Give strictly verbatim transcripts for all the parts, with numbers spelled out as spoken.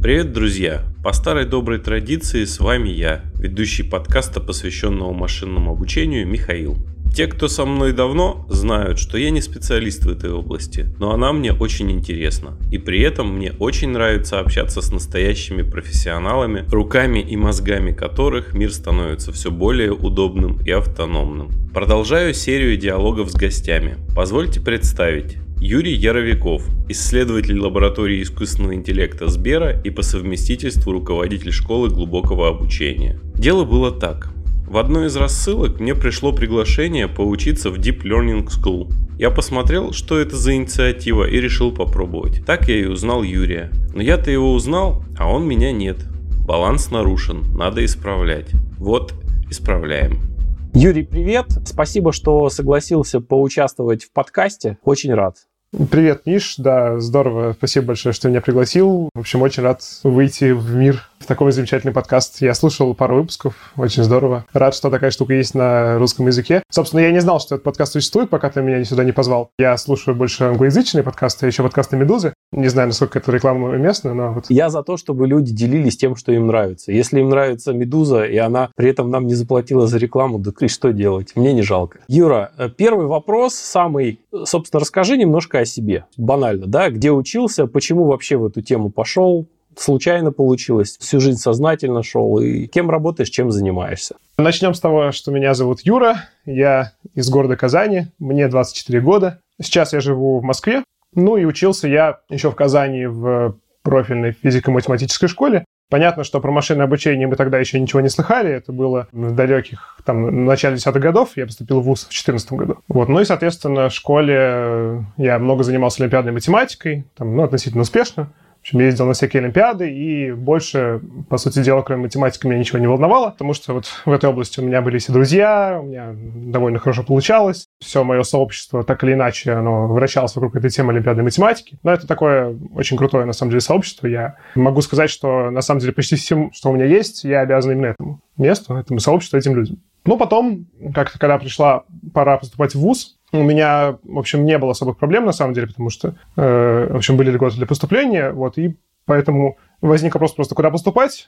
Привет, друзья! По старой доброй традиции с вами я, ведущий подкаста, посвященного машинному обучению, Михаил. Те, кто со мной давно, знают, что я не специалист в этой области, но она мне очень интересна. И при этом мне очень нравится общаться с настоящими профессионалами, руками и мозгами которых мир становится все более удобным и автономным. Продолжаю серию диалогов с гостями. Позвольте представить. Юрий Яровиков, исследователь лаборатории искусственного интеллекта Сбера и по совместительству руководитель школы глубокого обучения. Дело было так. В одной из рассылок мне пришло приглашение поучиться в Deep Learning School. Я посмотрел, что это за инициатива, и решил попробовать. Так я и узнал Юрия. Но я-то его узнал, а он меня нет. Баланс нарушен, надо исправлять. Вот, исправляем. Юрий, привет. Спасибо, что согласился поучаствовать в подкасте. Очень рад. Привет, Миш. Да, здорово. Спасибо большое, что меня пригласил. В общем, очень рад выйти в мир в такой замечательный подкаст. Я слушал пару выпусков. Очень здорово. Рад, что такая штука есть на русском языке. Собственно, я не знал, что этот подкаст существует, пока ты меня сюда не позвал. Я слушаю больше англоязычные подкасты, еще подкасты «Медузы». Не знаю, насколько это реклама уместна, но вот... Я за то, чтобы люди делились тем, что им нравится. Если им нравится «Медуза», и она при этом нам не заплатила за рекламу, так и что делать? Мне не жалко. Юра, первый вопрос, самый... Собственно, расскажи немножко о себе. Банально, да? Где учился, почему вообще в эту тему пошел? Случайно получилось, всю жизнь сознательно шел, и кем работаешь, чем занимаешься? Начнем с того, что меня зовут Юра, я из города Казани, мне двадцать четыре года. Сейчас я живу в Москве, ну и учился я еще в Казани в профильной физико-математической школе. Понятно, что про машинное обучение мы тогда еще ничего не слыхали, это было в далеких, там, в начале десятых годов, я поступил в вуз в две тысячи четырнадцатом году. Вот. Ну и, соответственно, в школе я много занимался олимпиадной математикой, там, ну, относительно успешно. В общем, ездил на всякие олимпиады, и больше, по сути дела, кроме математики, меня ничего не волновало, потому что вот в этой области у меня были все друзья, у меня довольно хорошо получалось. Все мое сообщество, так или иначе, оно вращалось вокруг этой темы олимпиадной математики. Но это такое очень крутое, на самом деле, сообщество. Я могу сказать, что, на самом деле, почти всем, что у меня есть, я обязан именно этому месту, этому сообществу, этим людям. Ну, потом, как-то, когда пришла пора поступать в вуз, у меня, в общем, не было особых проблем, на самом деле, потому что, э, в общем, были льготы для поступления, вот, и поэтому возник вопрос просто, куда поступать,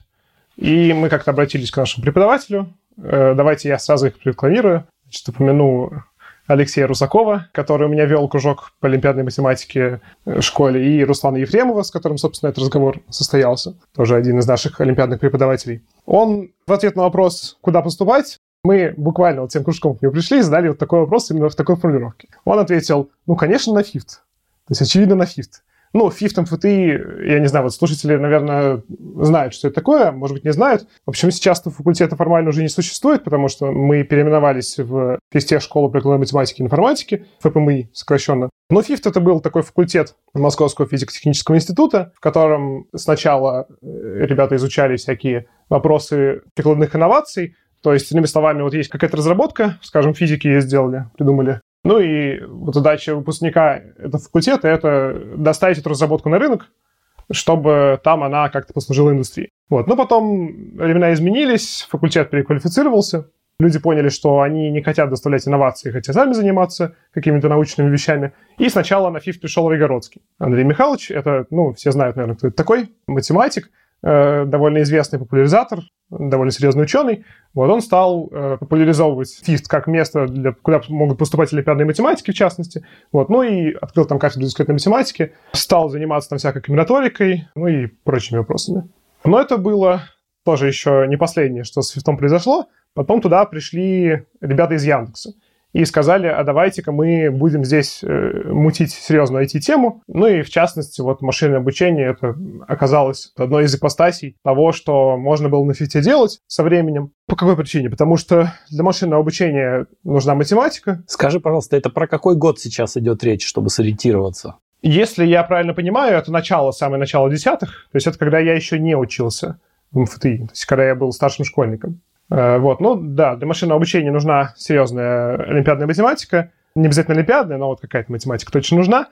и мы как-то обратились к нашему преподавателю. Э, давайте я сразу их прорекламирую. Значит, упомяну Алексея Русакова, который у меня вел кружок по олимпиадной математике в школе, и Руслана Ефремова, с которым, собственно, этот разговор состоялся, тоже один из наших олимпиадных преподавателей. Он в ответ на вопрос, куда поступать, мы буквально вот тем кружком к нему пришли и задали вот такой вопрос именно в такой формулировке. Он ответил, ну, конечно, на ФИФТ. То есть, очевидно, на ФИФТ. Ну, ФИФТ, МФТИ, я не знаю, вот слушатели, наверное, знают, что это такое, может быть, не знают. В общем, сейчас факультета формально уже не существует, потому что мы переименовались в физтех-школу прикладной математики и информатики, ФПМИ сокращенно. Но ФИФТ это был такой факультет Московского физико-технического института, в котором сначала ребята изучали всякие вопросы прикладных инноваций. То есть, иными словами, вот есть какая-то разработка, скажем, физики ее сделали, придумали. Ну и вот задача выпускника этого факультета – это доставить эту разработку на рынок, чтобы там она как-то послужила индустрии. Вот. Но потом времена изменились, факультет переквалифицировался, люди поняли, что они не хотят доставлять инновации, хотят сами заниматься какими-то научными вещами. И сначала на ФИФ пришел Райгородский. Андрей Михайлович, это, ну, все знают, наверное, кто это такой, математик, довольно известный популяризатор, довольно серьезный ученый. Вот он стал э, популяризовывать ФИФТ как место, для, куда могут поступать олимпиадные математики, в частности. Вот. Ну и открыл там кафедру дискретной математики, стал заниматься там всякой комбинаторикой, ну и прочими вопросами. Но это было тоже еще не последнее, что с ФИФТом произошло. Потом туда пришли ребята из Яндекса и сказали, а давайте-ка мы будем здесь э, мутить серьезную ай ти-тему. Ну и в частности, вот машинное обучение, это оказалось одной из ипостасей того, что можно было на фифте делать со временем. По какой причине? Потому что для машинного обучения нужна математика. Скажи, пожалуйста, это про какой год сейчас идет речь, чтобы сориентироваться? Если я правильно понимаю, это начало, самое начало десятых. То есть это когда я еще не учился в МФТИ, то есть когда я был старшим школьником. Вот, ну да, для машинного обучения нужна серьезная олимпиадная математика. Не обязательно олимпиадная, но вот какая-то математика точно нужна.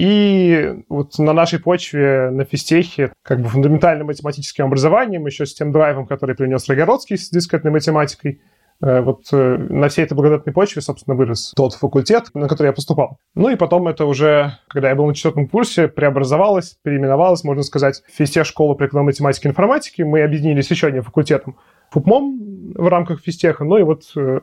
И вот на нашей почве, на физтехе, как бы фундаментальным математическим образованием, еще с тем драйвом, который принес Райгородский с дискретной математикой, Вот на всей этой благодатной почве, собственно, вырос тот факультет, на который я поступал. Ну и потом это уже, когда я был на четвертом курсе, преобразовалось, переименовалось, можно сказать, в физтех-школу прикладной математики и информатики. Мы объединились еще одним факультетом, ФУПМОМ, в рамках физтеха. Ну и вот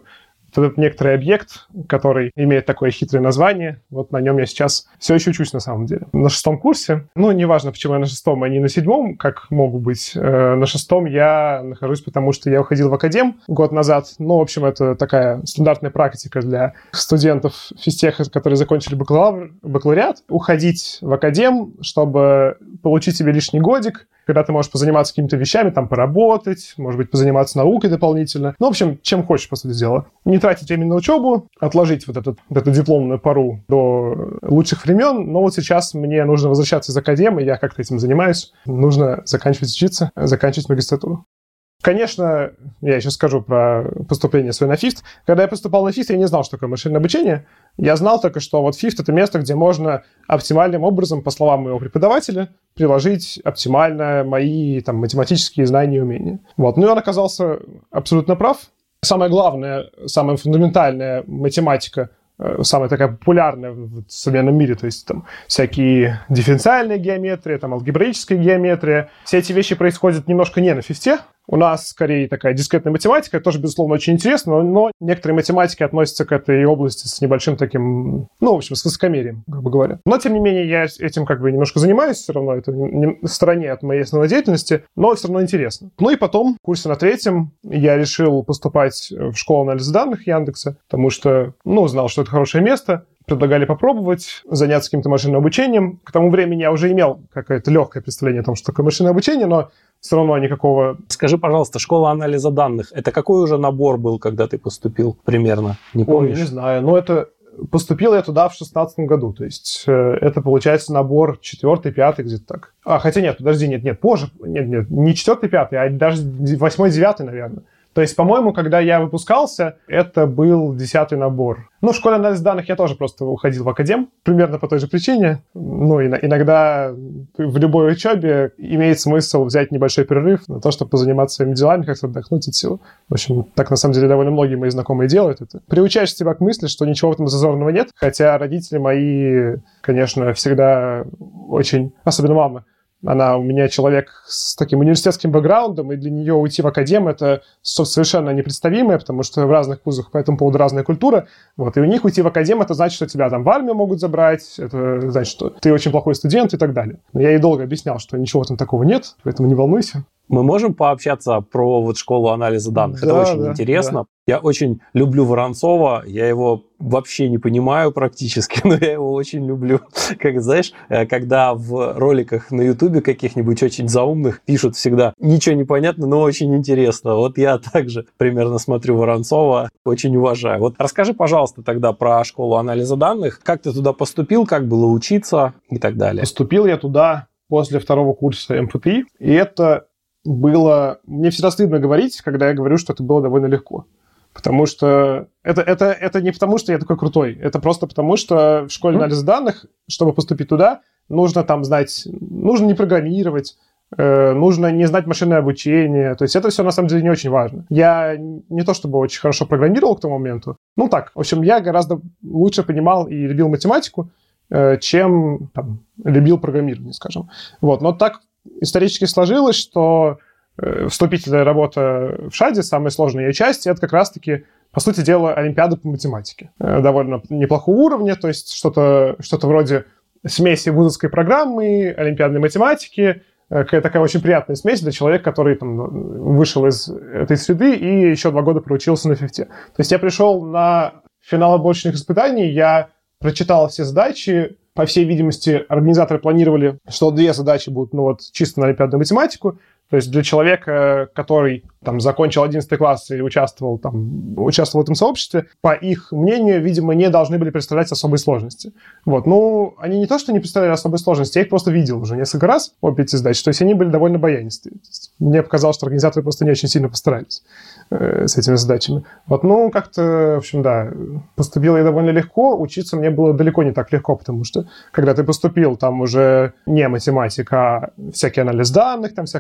этот некоторый объект, который имеет такое хитрое название, вот на нем я сейчас все еще учусь на самом деле. На шестом курсе, ну, неважно, почему я на шестом, а не на седьмом, как могу быть, э, на шестом я нахожусь, потому что я уходил в академ год назад. Ну, в общем, это такая стандартная практика для студентов физтеха, которые закончили бакалавр, бакалавриат, уходить в академ, чтобы получить себе лишний годик, когда ты можешь позаниматься какими-то вещами, там, поработать, может быть, позаниматься наукой дополнительно. Ну, в общем, чем хочешь, по сути дела. Не тратить время на учебу, отложить вот, этот, вот эту дипломную пару до лучших времен. Но вот сейчас мне нужно возвращаться из академии, я как-то этим занимаюсь. Нужно заканчивать учиться, заканчивать магистратуру. Конечно, я еще скажу про поступление свое на ФИФТ. Когда я поступал на ФИФТ, я не знал, что такое машинное обучение. Я знал только, что вот ФИФТ — это место, где можно оптимальным образом, по словам моего преподавателя, приложить оптимально мои там, математические знания и умения. Вот. Ну и он оказался абсолютно прав. Самое главное, самая фундаментальная математика, самая такая популярная в современном мире, то есть там всякие дифференциальные геометрии, там алгебраическая геометрия. Все эти вещи происходят немножко не на фифте. У нас скорее такая дискретная математика, тоже, безусловно, очень интересно, но некоторые математики относятся к этой области с небольшим таким, ну, в общем, с высокомерием, грубо говоря. Но, тем не менее, я этим как бы немножко занимаюсь, все равно это не в стороне от моей основной деятельности, но все равно интересно. Ну и потом, в курсе на третьем, я решил поступать в школу анализа данных Яндекса, потому что, ну, знал, что это хорошее место. Предлагали попробовать заняться каким-то машинным обучением. К тому времени я уже имел какое-то легкое представление о том, что такое машинное обучение, но все равно никакого... Скажи, пожалуйста, школа анализа данных, это какой уже набор был, когда ты поступил примерно? Не помнишь? Ой, не знаю. Но это... Поступил я туда в шестнадцатом году, то есть э, это, получается, набор четвертый, пятый, где-то так. А, хотя нет, подожди, нет, нет, позже, нет, нет, не четвертый, пятый, а даже восьмой, девятый, наверное. То есть, по-моему, когда я выпускался, это был десятый набор. Ну, в школе анализа данных я тоже просто уходил в академ, примерно по той же причине. Ну, и иногда в любой учебе имеет смысл взять небольшой перерыв на то, чтобы позаниматься своими делами, как-то отдохнуть от всего. В общем, так на самом деле довольно многие мои знакомые делают это. Приучаешь себя к мысли, что ничего в этом зазорного нет, хотя родители мои, конечно, всегда очень, особенно мама, она у меня человек с таким университетским бэкграундом, и для нее уйти в академ — это совершенно непредставимое, потому что в разных вузах по этому поводу разная культура. Вот. И у них уйти в академ — это значит, что тебя там в армию могут забрать, это значит, что ты очень плохой студент и так далее. Но я ей долго объяснял, что ничего там такого нет, поэтому не волнуйся. Мы можем пообщаться про вот школу анализа данных? Да, это очень да, интересно. Да. Я очень люблю Воронцова, я его вообще не понимаю практически, но я его очень люблю. Как знаешь, когда в роликах на Ютубе каких-нибудь очень заумных пишут всегда ничего не понятно, но очень интересно. Вот я также примерно смотрю Воронцова, очень уважаю. Вот расскажи, пожалуйста, тогда про школу анализа данных. Как ты туда поступил, как было учиться и так далее? Поступил я туда после второго курса эм эф тэ и, и это было... Мне всегда стыдно говорить, когда я говорю, что это было довольно легко. Потому что это, это, это не потому, что я такой крутой. Это просто потому, что в школе анализа данных, чтобы поступить туда, нужно там знать... Нужно не программировать, э, нужно не знать машинное обучение. То есть это все на самом деле не очень важно. Я не то чтобы очень хорошо программировал к тому моменту. Ну так, в общем, я гораздо лучше понимал и любил математику, э, чем там, любил программирование, скажем. Вот. Но так исторически сложилось, что вступительная работа в ШАДе, самая сложная ее часть, это как раз-таки, по сути дела, олимпиада по математике. Довольно неплохого уровня, то есть что-то, что-то вроде смеси вузовской программы, олимпиадной математики, какая такая очень приятная смесь для человека, который там, вышел из этой среды и еще два года проучился на фифте. То есть я пришел на финал отборочных испытаний, я прочитал все задачи. По всей видимости, организаторы планировали, что две задачи будут ну, вот, чисто на олимпиадную математику. То есть для человека, который там, закончил одиннадцатый класс и участвовал, там, участвовал в этом сообществе, по их мнению, видимо, не должны были представлять особые сложности. Вот. Ну, они не то, что не представляли особые сложности, я их просто видел уже несколько раз, обе эти задачи. То есть они были довольно баянистые. Мне показалось, что организаторы просто не очень сильно постарались э, с этими задачами. Вот. Ну, как-то, в общем, да, поступил я довольно легко, учиться мне было далеко не так легко, потому что, когда ты поступил, там уже не математика, а всякий анализ данных, там всякое машинное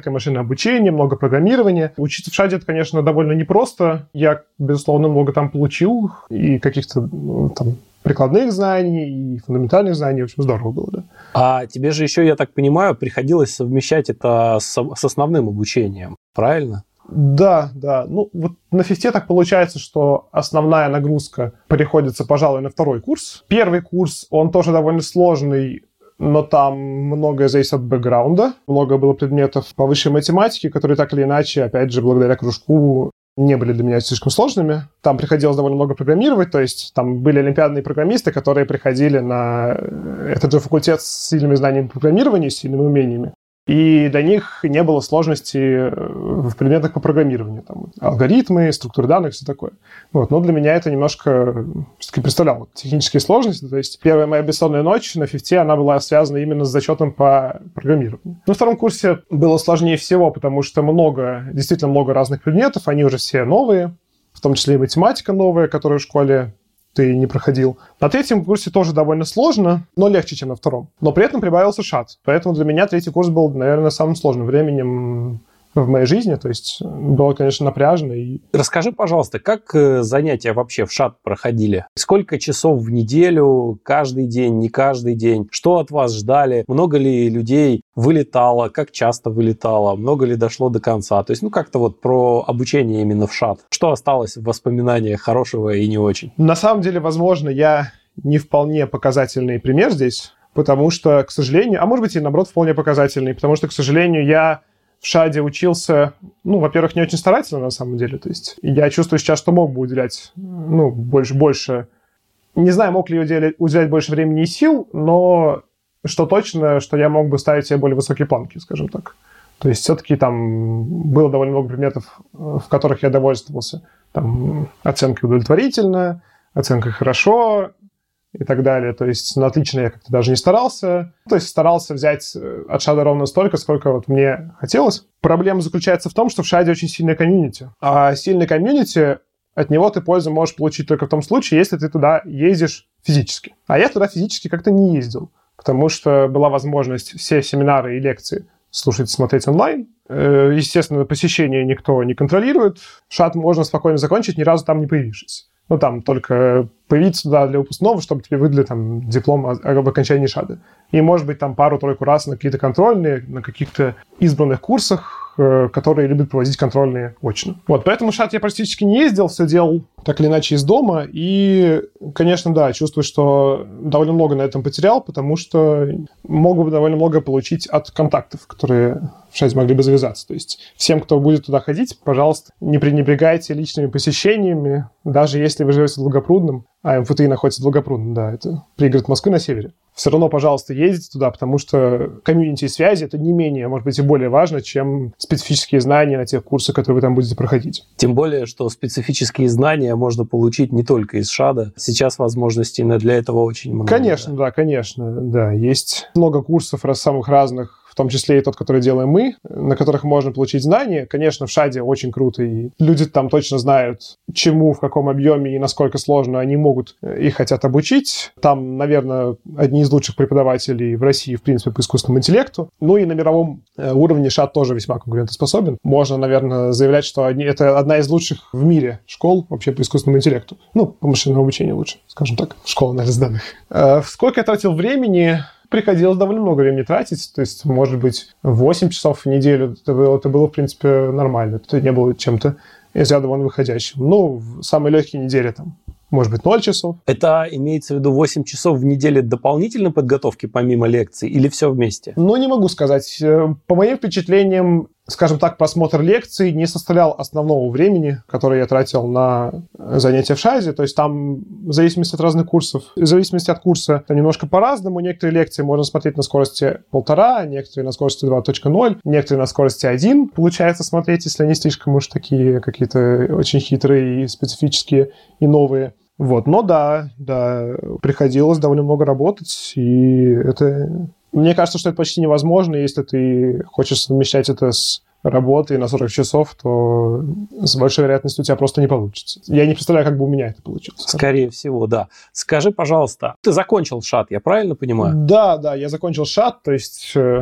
обучение, много программирования. Учиться в шаде, это, конечно, довольно непросто. Я, безусловно, много там получил, и каких-то ну, там прикладных знаний, и фундаментальных знаний. В общем, здорово было, да. А тебе же еще, я так понимаю, приходилось совмещать это с, с основным обучением, правильно? Да, да. Ну, вот на фифте так получается, что основная нагрузка приходится, пожалуй, на второй курс. Первый курс, он тоже довольно сложный, но там многое зависит от бэкграунда. Много было предметов по высшей математике, которые так или иначе, опять же, благодаря кружку, не были для меня слишком сложными. Там приходилось довольно много программировать, то есть там были олимпиадные программисты, которые приходили на этот же факультет с сильными знаниями программирования, с сильными умениями. И для них не было сложностей в предметах по программированию. Там, алгоритмы, структуры данных, все такое. Вот. Но для меня это немножко все-таки представляло технические сложности. То есть первая моя бессонная ночь на фифте, она была связана именно с зачетом по программированию. На втором курсе было сложнее всего, потому что много, действительно много разных предметов, они уже все новые, в том числе и математика новая, которую в школе ты не проходил. На третьем курсе тоже довольно сложно, но легче, чем на втором. Но при этом прибавился шат. Поэтому для меня третий курс был, наверное, самым сложным временем в моей жизни. То есть было, конечно, напряжно. И... Расскажи, пожалуйста, как занятия вообще в шат проходили? Сколько часов в неделю, каждый день, не каждый день? Что от вас ждали? Много ли людей вылетало? Как часто вылетало? Много ли дошло до конца? То есть, ну, как-то вот про обучение именно в шат. Что осталось в воспоминаниях хорошего и не очень? На самом деле, возможно, я не вполне показательный пример здесь, потому что, к сожалению, а может быть и наоборот вполне показательный, потому что, к сожалению, я в шаде учился, ну, во-первых, не очень старательно, на самом деле. То есть я чувствую сейчас, что мог бы уделять, ну, больше, больше... Не знаю, мог ли уделять, уделять больше времени и сил, но что точно, что я мог бы ставить себе более высокие планки, скажем так. То есть все-таки там было довольно много предметов, в которых я довольствовался. Там оценка удовлетворительная, оценка хорошо и так далее. То есть на отлично я как-то даже не старался. То есть старался взять от шада ровно столько, сколько вот мне хотелось. Проблема заключается в том, что в шаде очень сильная комьюнити. А сильный комьюнити, от него ты пользу можешь получить только в том случае, если ты туда ездишь физически. А я туда физически как-то не ездил, потому что была возможность все семинары и лекции слушать, смотреть онлайн. Естественно, посещение никто не контролирует. Шат можно спокойно закончить, ни разу там не появившись. Ну, там только появиться туда для выпускного, чтобы тебе выдали там диплом об окончании шада. И, может быть, там пару-тройку раз на какие-то контрольные, на каких-то избранных курсах, которые любят проводить контрольные очно. Вот, поэтому в шат я практически не ездил, все делал так или иначе из дома. И, конечно, да, чувствую, что довольно много на этом потерял, потому что мог бы довольно много получить от контактов, которые в шаде могли бы завязаться. То есть всем, кто будет туда ходить, пожалуйста, не пренебрегайте личными посещениями, даже если вы живете в Долгопрудном, а эм эф тэ и находится в Долгопрудном, да, это пригород Москвы на севере. Все равно, пожалуйста, ездите туда, потому что комьюнити и связи — это не менее, может быть, и более важно, чем специфические знания на тех курсах, которые вы там будете проходить. Тем более, что специфические знания можно получить не только из шада. Сейчас возможностей для этого очень много. Конечно, да, конечно, да. Есть много курсов самых разных, в том числе и тот, который делаем мы, на которых можно получить знания. Конечно, в шаде очень круто, и люди там точно знают, чему, в каком объеме и насколько сложно они могут и хотят обучить. Там, наверное, одни из лучших преподавателей в России, в принципе, по искусственному интеллекту. Ну и на мировом уровне шад тоже весьма конкурентоспособен. Можно, наверное, заявлять, что они, это одна из лучших в мире школ вообще по искусственному интеллекту. Ну, по машинному обучению лучше, скажем так, школа анализа данных. Сколько я тратил времени? Приходилось довольно много времени тратить, то есть, может быть, восемь часов в неделю. Это было, это было в принципе, нормально. Это не было чем-то из ряда вон выходящим. Ну, в самые легкие недели там, может быть, ноль часов. Это имеется в виду восемь часов в неделю дополнительной подготовки помимо лекций или все вместе? Ну, не могу сказать. По моим впечатлениям, скажем так, просмотр лекций не составлял основного времени, которое я тратил на занятия в шаде. То есть там, в зависимости от разных курсов, в зависимости от курса, немножко по-разному. Некоторые лекции можно смотреть на скорости полтора, некоторые на скорости два точка ноль, некоторые на скорости один. Получается смотреть, если они слишком уж такие какие-то очень хитрые и специфические и новые. Вот, но да, да, приходилось довольно много работать, и это... Мне кажется, что это почти невозможно, если ты хочешь совмещать это с работой на сорок часов, то с большой вероятностью у тебя просто не получится. Я не представляю, как бы у меня это получилось. Скорее всего, да. Скажи, пожалуйста, ты закончил шат, я правильно понимаю? Да, да, я закончил шат, то есть...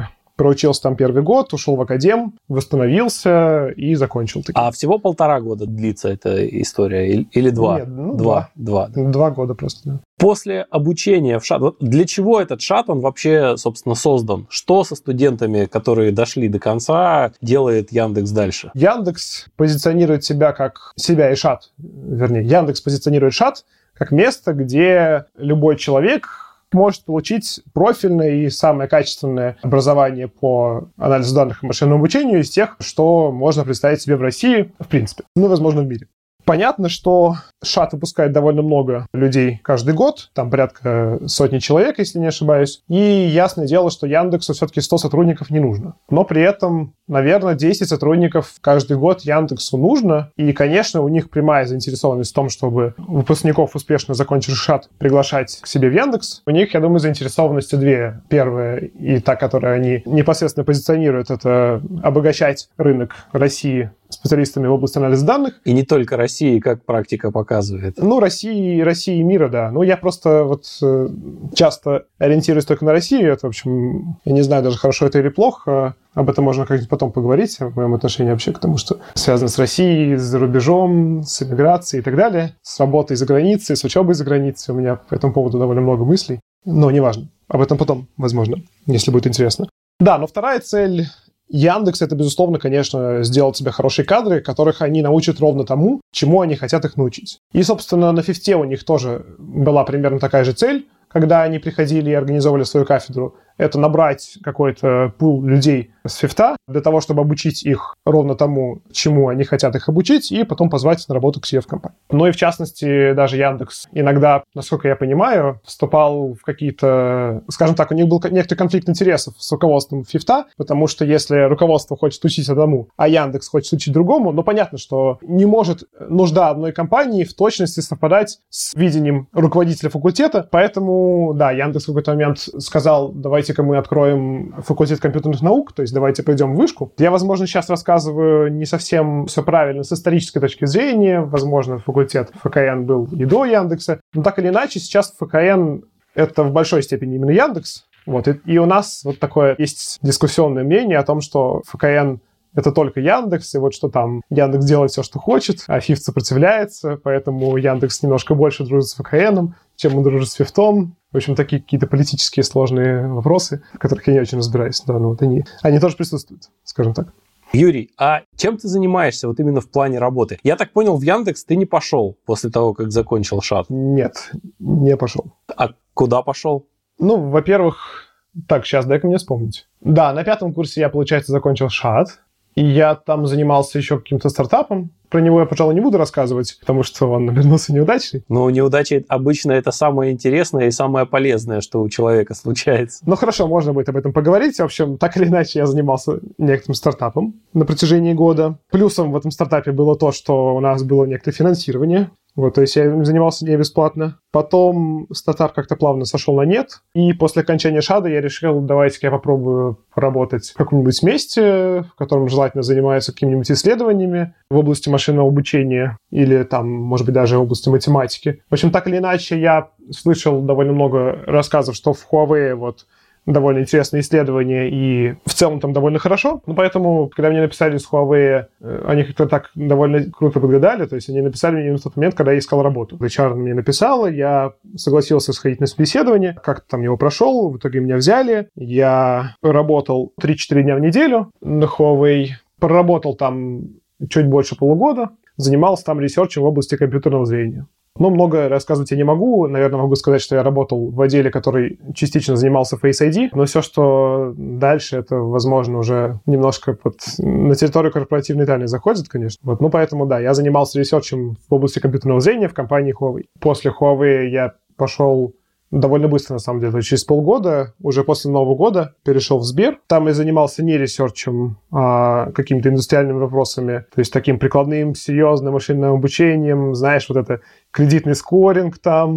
проучился там первый год, ушел в академ, восстановился и закончил. А всего полтора года длится эта история? Или, или два? Нет, ну, два. Два. Два, два года просто, да. После обучения в ШАТ, вот для чего этот ШАТ, он вообще, собственно, создан? Что со студентами, которые дошли до конца, делает Яндекс дальше? Яндекс позиционирует себя как... Себя и ШАТ, вернее. Яндекс позиционирует ШАТ как место, где любой человек может получить профильное и самое качественное образование по анализу данных и машинному обучению из тех, что можно представить себе в России, в принципе, ну и, возможно, в мире. Понятно, что ШАТ выпускает довольно много людей каждый год, там порядка сотни человек, если не ошибаюсь. И ясное дело, что Яндексу все-таки сто сотрудников не нужно. Но при этом, наверное, десять сотрудников каждый год Яндексу нужно. И, конечно, у них прямая заинтересованность в том, чтобы выпускников, успешно закончивших ШАТ, приглашать к себе в Яндекс. У них, я думаю, заинтересованности две. Первая, и та, которую они непосредственно позиционируют, это обогащать рынок России специалистами в области анализа данных. И не только России, как практика показывает. Ну, России, России и мира, да. Ну, я просто вот э, часто ориентируюсь только на Россию. Это, в общем, я не знаю даже, хорошо это или плохо. Об этом можно как-нибудь потом поговорить, о моем отношении вообще к тому, что связано с Россией, с зарубежом, с эмиграцией и так далее, с работой за границей, с учебой за границей. У меня по этому поводу довольно много мыслей. Но неважно. Об этом потом, возможно, если будет интересно. Да, но вторая цель Яндекс — это, безусловно, конечно, сделать себе хорошие кадры, которых они научат ровно тому, чему они хотят их научить. И, собственно, на Фифте у них тоже была примерно такая же цель, когда они приходили и организовывали свою кафедру. Это набрать какой-то пул людей с Фифта для того, чтобы обучить их ровно тому, чему они хотят их обучить, и потом позвать на работу к себе в компанию. Ну и, в частности, даже Яндекс иногда, насколько я понимаю, вступал в какие-то... Скажем так, у них был некоторый конфликт интересов с руководством Фифта, потому что если руководство хочет учить одному, а Яндекс хочет учить другому, ну, понятно, что не может нужда одной компании в точности совпадать с видением руководителя факультета, поэтому, да, Яндекс в какой-то момент сказал: давайте давайте-ка мы откроем факультет компьютерных наук, то есть давайте пойдем в вышку. Я, возможно, сейчас рассказываю не совсем все правильно с исторической точки зрения. Возможно, факультет ФКН был и до Яндекса. Но так или иначе, сейчас ФКН — это в большой степени именно Яндекс. Вот. И, и у нас вот такое есть дискуссионное мнение о том, что ФКН — это только Яндекс, и вот что там Яндекс делает все, что хочет, а Фифт сопротивляется, поэтому Яндекс немножко больше дружит с ФКНом, чем он дружит с Фифтом. В общем, такие какие-то политические сложные вопросы, в которых я не очень разбираюсь. Да, но вот они, они тоже присутствуют, скажем так. Юрий, а чем ты занимаешься вот именно в плане работы? Я так понял, в Яндекс ты не пошел после того, как закончил ШАТ? Нет, не пошел. А куда пошел? Ну, во-первых, так, сейчас дай-ка мне вспомнить. Да, на пятом курсе я, получается, закончил ШАТ, и я там занимался еще каким-то стартапом. Про него я, пожалуй, не буду рассказывать, потому что он обернулся неудачей. Но неудача обычно это самое интересное и самое полезное, что у человека случается. Ну хорошо, можно будет об этом поговорить. В общем, так или иначе, я занимался некоторым стартапом на протяжении года. Плюсом в этом стартапе было то, что у нас было некоторое финансирование. Вот, то есть я им занимался не бесплатно. Потом стартап как-то плавно сошел на нет. И после окончания ШАДа я решил, давайте-ка я попробую поработать в каком-нибудь месте, в котором желательно занимаются какими-нибудь исследованиями в области машинного обучения или там, может быть, даже в области математики. В общем, так или иначе, я слышал довольно много рассказов, что в Huawei вот довольно интересные исследования, и в целом там довольно хорошо. Ну, поэтому, когда мне написали с Huawei, они как-то так довольно круто подгадали, то есть они написали мне именно в тот момент, когда я искал работу. эйч ар мне написала, я согласился сходить на собеседование, как-то там его прошел, в итоге меня взяли. Я работал три-четыре дня в неделю на Huawei, проработал там чуть больше полугода, занимался там ресерчем в области компьютерного зрения. Но много рассказывать я не могу. Наверное, могу сказать, что я работал в отделе, который частично занимался Face ай ди, но все, что дальше, это, возможно, уже немножко под... на территорию корпоративной тайны заходит, конечно. Вот. Ну, поэтому, да, я занимался ресерчем в области компьютерного зрения в компании Huawei. После Huawei я пошел довольно быстро, на самом деле, через полгода, уже после Нового года, перешел в Сбер. Там я занимался не ресерчем, а какими-то индустриальными вопросами, то есть таким прикладным, серьезным машинным обучением, знаешь, вот это кредитный скоринг там,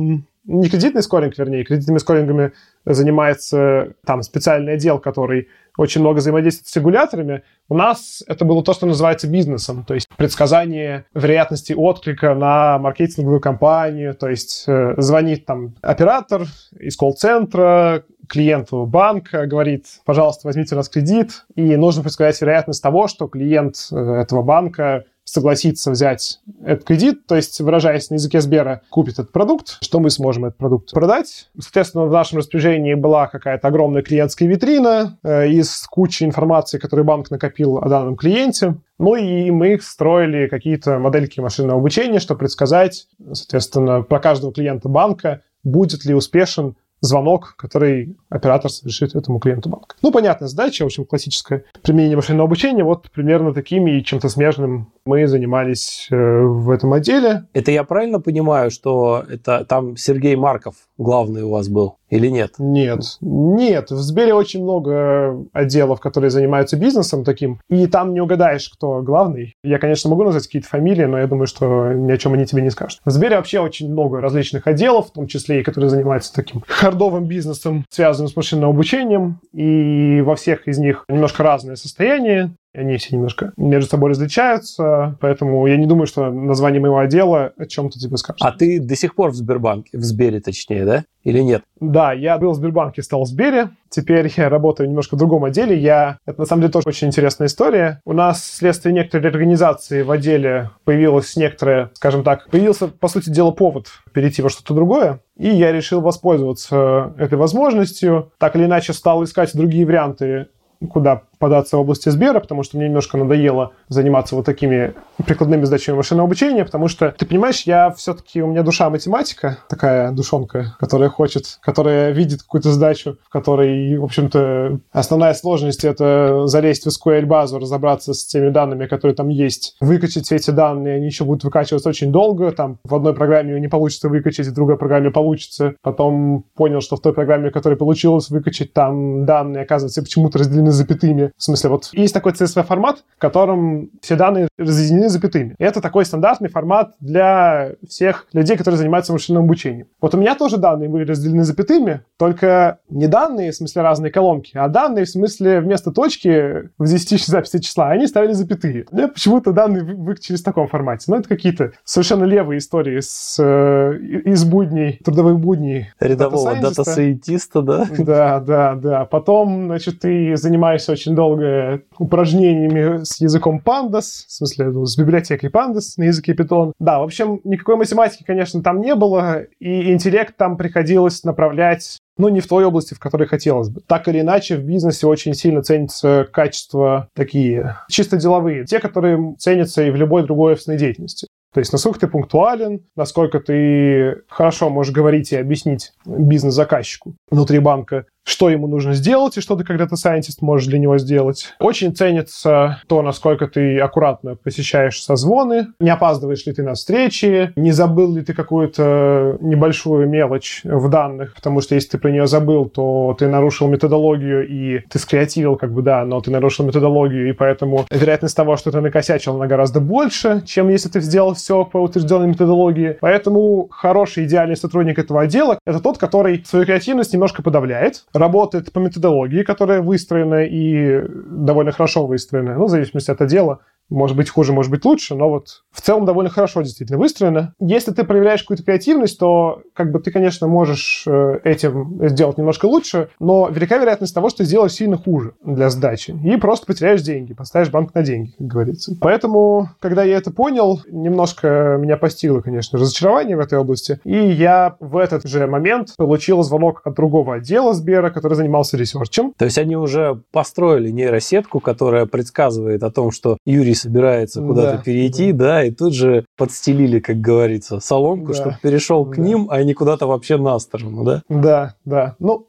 не кредитный скоринг, вернее, кредитными скорингами занимается там специальный отдел, который очень много взаимодействует с регуляторами. У нас это было то, что называется бизнесом, то есть предсказание вероятности отклика на маркетинговую кампанию, то есть э, звонит там оператор из колл-центра клиенту банка, говорит, пожалуйста, возьмите у нас кредит, и нужно предсказать вероятность того, что клиент э, этого банка согласится взять этот кредит, то есть, выражаясь на языке Сбера, купит этот продукт, что мы сможем этот продукт продать. Соответственно, в нашем распоряжении была какая-то огромная клиентская витрина э, из кучи информации, которую банк накопил о данном клиенте. Ну и мы строили какие-то модельки машинного обучения, чтобы предсказать, соответственно, про каждого клиента банка, будет ли успешен звонок, который оператор совершит этому клиенту банка. Ну, понятная задача, в общем, классическое применение машинного обучения. Вот примерно такими и чем-то смежным мы занимались э, в этом отделе. Это я правильно понимаю, что это там Сергей Марков главный у вас был или нет? Нет. Нет. В Сбере очень много отделов, которые занимаются бизнесом таким, и там не угадаешь, кто главный. Я, конечно, могу назвать какие-то фамилии, но я думаю, что ни о чем они тебе не скажут. В Сбере вообще очень много различных отделов, в том числе и которые занимаются таким хардовым бизнесом, связанным с машинным обучением, и во всех из них немножко разное состояние. Они все немножко между собой различаются, поэтому я не думаю, что название моего отдела о чем-то тебе скажет. А ты до сих пор в Сбербанке, в Сбере точнее, да? Или нет? Да, я был в Сбербанке, стал в Сбере. Теперь я работаю немножко в другом отделе. Я... Это, на самом деле, тоже очень интересная история. У нас вследствие некоторой реорганизации в отделе появилась некоторая, скажем так, появился, по сути дела, повод перейти во что-то другое. И я решил воспользоваться этой возможностью. Так или иначе, стал искать другие варианты, куда податься в области Сбера, потому что мне немножко надоело заниматься вот такими прикладными задачами машинного обучения, потому что, ты понимаешь, я все-таки, у меня душа математика, такая душонка, которая хочет, которая видит какую-то задачу, в которой, в общем-то, основная сложность — это залезть в эс ку эль-базу, разобраться с теми данными, которые там есть, выкачать все эти данные, они еще будут выкачиваться очень долго, там в одной программе не получится выкачать, в другой программе получится. Потом понял, что в той программе, которая получилось выкачать, там данные, оказывается, почему-то разделены запятыми. В смысле, вот есть такой си эс ви-формат, в котором все данные разъединены запятыми. И это такой стандартный формат для всех людей, которые занимаются машинным обучением. Вот у меня тоже данные были разделены запятыми, только не данные, в смысле разные колонки, а данные, в смысле вместо точки в десяти записи числа, они ставили запятые. Мне почему-то данные выкачались в таком формате. Ну, это какие-то совершенно левые истории с, э, из будней, трудовых будней. Рядового дата-сайентиста, да? Да, да, да. Потом, значит, ты занимаешься очень долго упражнениями с языком Pandas, в смысле, ну, с библиотекой Pandas на языке Python. Да, в общем, никакой математики, конечно, там не было, и интеллект там приходилось направлять, ну, не в той области, в которой хотелось бы. Так или иначе, в бизнесе очень сильно ценятся качества такие чисто деловые, те, которые ценятся и в любой другой офисной деятельности. То есть, насколько ты пунктуален, насколько ты хорошо можешь говорить и объяснить бизнес-заказчику внутри банка, что ему нужно сделать и что ты, как дата-сайентист, можешь для него сделать. Очень ценится то, насколько ты аккуратно посещаешь созвоны, не опаздываешь ли ты на встречи, не забыл ли ты какую-то небольшую мелочь в данных, потому что если ты про нее забыл, то ты нарушил методологию, и ты скреативил, как бы, да, но ты нарушил методологию, и поэтому вероятность того, что ты накосячил, она гораздо больше, чем если ты сделал все по утвержденной методологии. Поэтому хороший, идеальный сотрудник этого отдела — это тот, который свою креативность немножко подавляет, работает по методологии, которая выстроена и довольно хорошо выстроена, ну, в зависимости от отдела. Может быть хуже, может быть лучше, но вот в целом довольно хорошо действительно выстроено. Если ты проявляешь какую-то креативность, то как бы ты, конечно, можешь этим сделать немножко лучше, но велика вероятность того, что ты сделаешь сильно хуже для сдачи и просто потеряешь деньги, поставишь банк на деньги, как говорится. Поэтому, когда я это понял, немножко меня постигло, конечно, разочарование в этой области, и я в этот же момент получил звонок от другого отдела Сбера, который занимался ресерчем. То есть они уже построили нейросетку, которая предсказывает о том, что Юрий собирается куда-то да, перейти, да. да, и тут же подстелили, как говорится, соломку, да, чтобы перешел к да. ним, а не куда-то вообще на сторону, да? Да, да. Ну,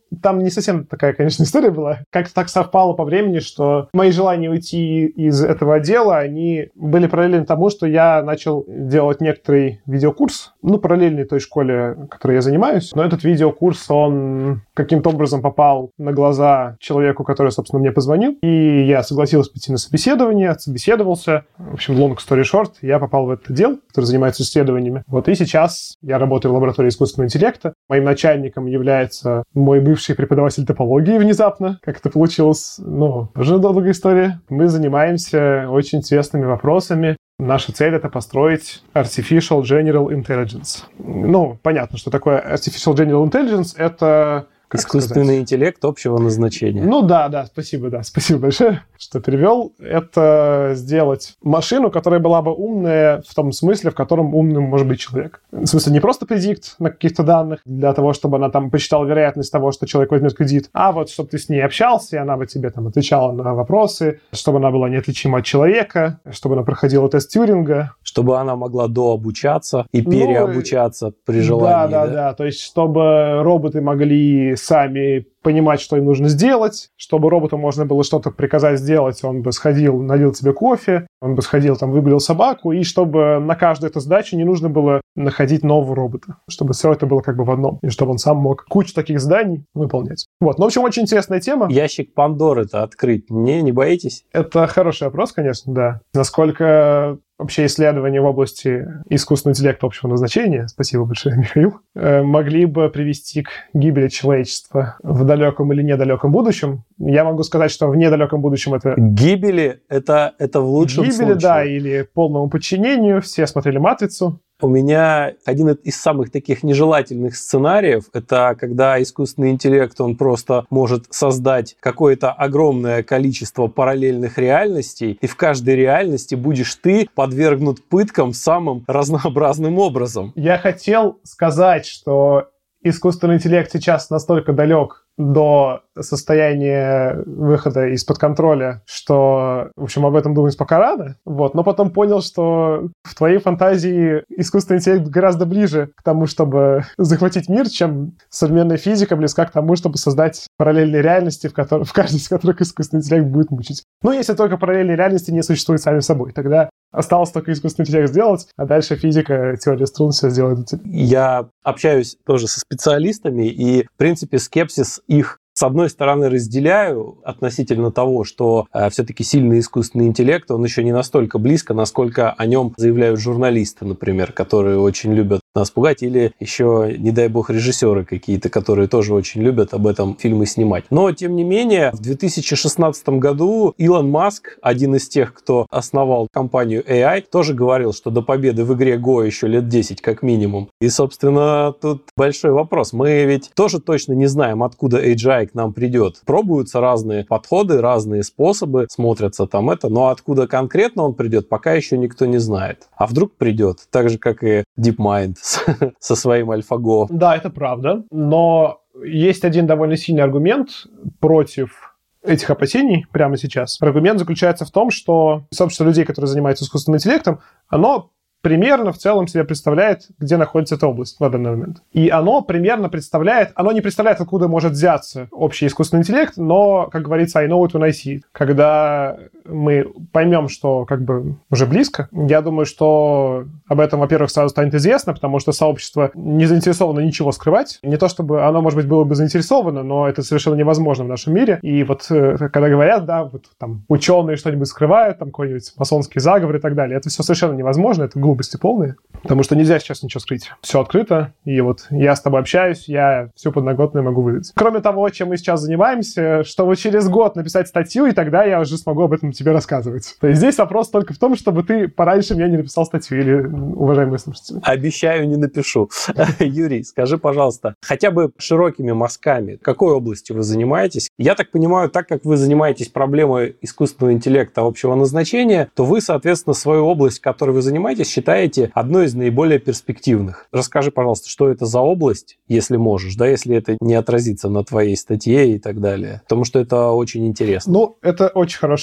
там не совсем такая, конечно, история была. Как-то так совпало по времени, что мои желания уйти из этого отдела, они были параллельны тому, что я начал делать некоторый видеокурс, ну, параллельный той школе, которой я занимаюсь. Но этот видеокурс, он каким-то образом попал на глаза человеку, который, собственно, мне позвонил. И я согласился пойти на собеседование, отсобеседовался. В общем, long story short, я попал в этот отдел, который занимается исследованиями. Вот и сейчас я работаю в лаборатории искусственного интеллекта. Моим начальником является мой бывший преподаватель топологии внезапно. Как это получилось? Ну, уже долгая история. Мы занимаемся очень интересными вопросами. Наша цель — это построить Artificial General Intelligence. Ну, понятно, что такое Artificial General Intelligence — это... Как искусственный сказать? Интеллект общего назначения. Ну да, да, спасибо, да, спасибо большое, что перевел. Это сделать машину, которая была бы умная в том смысле, в котором умным может быть человек. В смысле, не просто предикт на каких-то данных для того, чтобы она там посчитала вероятность того, что человек возьмет кредит, а вот чтобы ты с ней общался, и она бы тебе там отвечала на вопросы, чтобы она была неотличима от человека, чтобы она проходила тест Тьюринга. Чтобы она могла дообучаться и переобучаться ну, при желании. Да, да, да, да. То есть, чтобы роботы могли сами понимать, что им нужно сделать, чтобы роботу можно было что-то приказать сделать, он бы сходил, налил тебе кофе, он бы сходил, там, выгулил собаку, и чтобы на каждую эту задачу не нужно было находить нового робота, чтобы все это было как бы в одном, и чтобы он сам мог кучу таких заданий выполнять. Вот. Ну, в общем, очень интересная тема. Ящик Пандоры-то открыть не, не боитесь? Это хороший вопрос, конечно, да. Насколько вообще исследования в области искусственного интеллекта общего назначения, спасибо большое, Михаил, могли бы привести к гибели человечества в далеком или недалеком будущем. Я могу сказать, что в недалеком будущем это... Гибели — это, это в лучшем гибели, случае. Гибели, да, или полному подчинению. Все смотрели «Матрицу». У меня один из самых таких нежелательных сценариев – это когда искусственный интеллект, он просто может создать какое-то огромное количество параллельных реальностей, и в каждой реальности будешь ты подвергнут пыткам самым разнообразным образом. Я хотел сказать, что искусственный интеллект сейчас настолько далек до состояния выхода из-под контроля, что, в общем, об этом думать пока рано. Вот. Но потом понял, что в твоей фантазии искусственный интеллект гораздо ближе к тому, чтобы захватить мир, чем современная физика близка к тому, чтобы создать параллельные реальности, в, которых, в каждой из которых искусственный интеллект будет мучить. Ну, если только параллельные реальности не существуют сами собой, тогда осталось только искусственный интеллект сделать, а дальше физика, теория струн все сделает. Я общаюсь тоже со специалистами, и, в принципе, скепсис их с одной стороны разделяю относительно того, что э, все-таки сильный искусственный интеллект, он еще не настолько близко, насколько о нем заявляют журналисты, например, которые очень любят нас пугать, или еще, не дай бог, режиссеры какие-то, которые тоже очень любят об этом фильмы снимать. Но, тем не менее, в две тысячи шестнадцатом году Илон Маск, один из тех, кто основал компанию эй ай, тоже говорил, что до победы в игре Go еще лет десять как минимум. И, собственно, тут большой вопрос. Мы ведь тоже точно не знаем, откуда эй джи ай к нам придет. Пробуются разные подходы, разные способы, смотрятся там это, но откуда конкретно он придет, пока еще никто не знает. А вдруг придет, так же, как и DeepMind со своим AlphaGo. Да, это правда, но есть один довольно сильный аргумент против этих опасений прямо сейчас. Аргумент заключается в том, что сообщество людей, которые занимаются искусственным интеллектом, оно примерно в целом себе представляет, где находится эта область на данный момент. И оно примерно представляет, оно не представляет, откуда может взяться общий искусственный интеллект, но, как говорится, I know it when I see it. Когда мы поймем, что как бы уже близко, я думаю, что об этом, во-первых, сразу станет известно, потому что сообщество не заинтересовано ничего скрывать. Не то чтобы оно, может быть, было бы заинтересовано, но это совершенно невозможно в нашем мире. И вот когда говорят, да, вот там ученые что-нибудь скрывают, там какой-нибудь масонский заговор и так далее, это все совершенно невозможно, это глупости полные, потому что нельзя сейчас ничего скрыть. Все открыто, и вот я с тобой общаюсь, я всю подноготную могу выдать. Кроме того, чем мы сейчас занимаемся, чтобы через год написать статью, и тогда я уже смогу об этом тебе рассказывать. То есть здесь вопрос только в том, чтобы ты пораньше меня не написал статью, или, уважаемые слушатели. Обещаю, не напишу. Юрий, скажи, пожалуйста, хотя бы широкими мазками, какой областью вы занимаетесь? Я так понимаю, так как вы занимаетесь проблемой искусственного интеллекта общего назначения, то вы, соответственно, свою область, которой вы занимаетесь, считаете одной из наиболее перспективных. Расскажи, пожалуйста, что это за область, если можешь, да, если это не отразится на твоей статье и так далее, потому что это очень интересно. Ну, это очень хороший вопрос.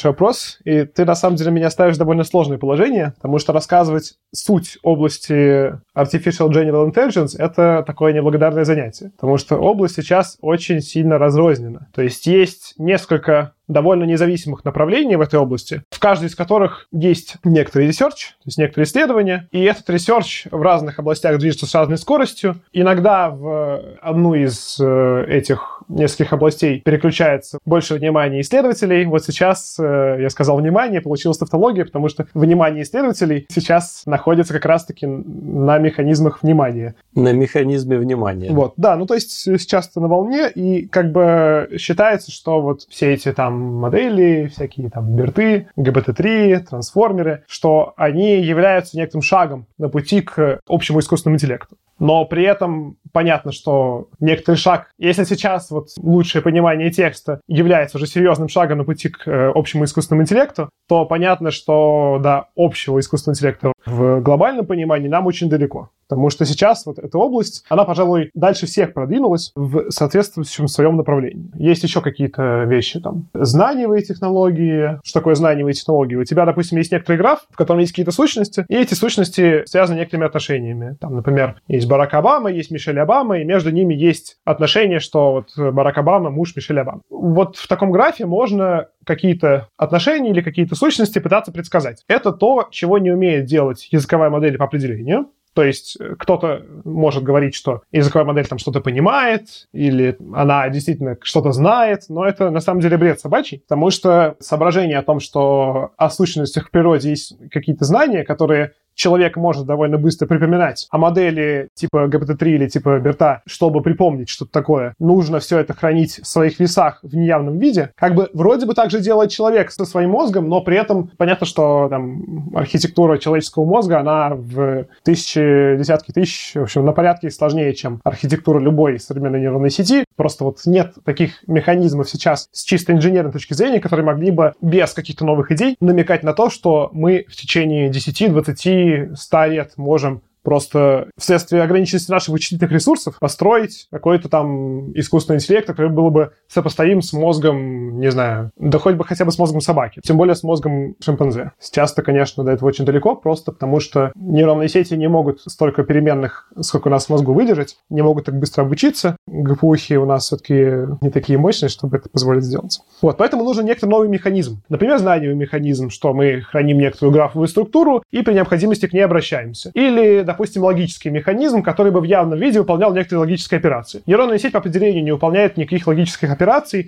вопрос, и ты, на самом деле, меня ставишь в довольно сложное положение, потому что рассказывать суть области Artificial General Intelligence — это такое неблагодарное занятие, потому что область сейчас очень сильно разрознена. То есть есть несколько довольно независимых направлений в этой области, в каждой из которых есть некоторый ресерч, то есть некоторые исследования, и этот ресерч в разных областях движется с разной скоростью. Иногда в одну из этих нескольких областей переключается больше внимания исследователей. Вот сейчас я сказал «внимание», получилась тавтология, потому что внимание исследователей сейчас находится как раз-таки на механизмах внимания. На механизме внимания. Вот, да, ну то есть сейчас это на волне, и как бы считается, что вот все эти там модели, всякие там берты, джи пи ти три, трансформеры, что они являются некоторым шагом на пути к общему искусственному интеллекту. Но при этом понятно, что некоторый шаг, если сейчас вот лучшее понимание текста является уже серьезным шагом на пути к э, общему искусственному интеллекту, то понятно, что до общего искусственного интеллекта в глобальном понимании нам очень далеко. Потому что сейчас вот эта область, она, пожалуй, дальше всех продвинулась в соответствующем своем направлении. Есть еще какие-то вещи, там, знаниевые технологии. Что такое знаниевые технологии? У тебя, допустим, есть некоторый граф, в котором есть какие-то сущности, и эти сущности связаны некоторыми отношениями. Там, например, есть Барак Обама, есть Мишель Обама, и между ними есть отношение, что вот Барак Обама — муж Мишель Обамы. Вот в таком графе можно какие-то отношения или какие-то сущности пытаться предсказать. Это то, чего не умеет делать языковая модель по определению. То есть кто-то может говорить, что языковая модель там что-то понимает, или она действительно что-то знает, но это на самом деле бред собачий, потому что соображение о том, что о сущностях в природе есть какие-то знания, которые человек может довольно быстро припоминать, а модели типа джи пи ти три или типа Берта, чтобы припомнить что-то такое, нужно все это хранить в своих весах в неявном виде. Как бы вроде бы так же делает человек со своим мозгом, но при этом понятно, что там архитектура человеческого мозга, она в тысячи, десятки тысяч, в общем, на порядке сложнее, чем архитектура любой современной нейронной сети. Просто вот нет таких механизмов сейчас с чисто инженерной точки зрения, которые могли бы без каких-то новых идей намекать на то, что мы в течение десяти, двадцати, ста лет можем просто вследствие ограниченности наших вычислительных ресурсов построить какой-то там искусственный интеллект, который был бы сопоставим с мозгом, не знаю, да хоть бы хотя бы с мозгом собаки, тем более с мозгом шимпанзе. Сейчас-то, конечно, до этого очень далеко, просто потому что нейронные сети не могут столько переменных, сколько у нас в мозгу, выдержать, не могут так быстро обучиться. ГПУхи у нас все-таки не такие мощные, чтобы это позволить сделать. Вот, поэтому нужен некоторый новый механизм. Например, знаниевый механизм, что мы храним некоторую графовую структуру и при необходимости к ней обращаемся. Или, допустим, логический механизм, который бы в явном виде выполнял некоторые логические операции. Нейронная сеть по определению не выполняет никаких логических операций,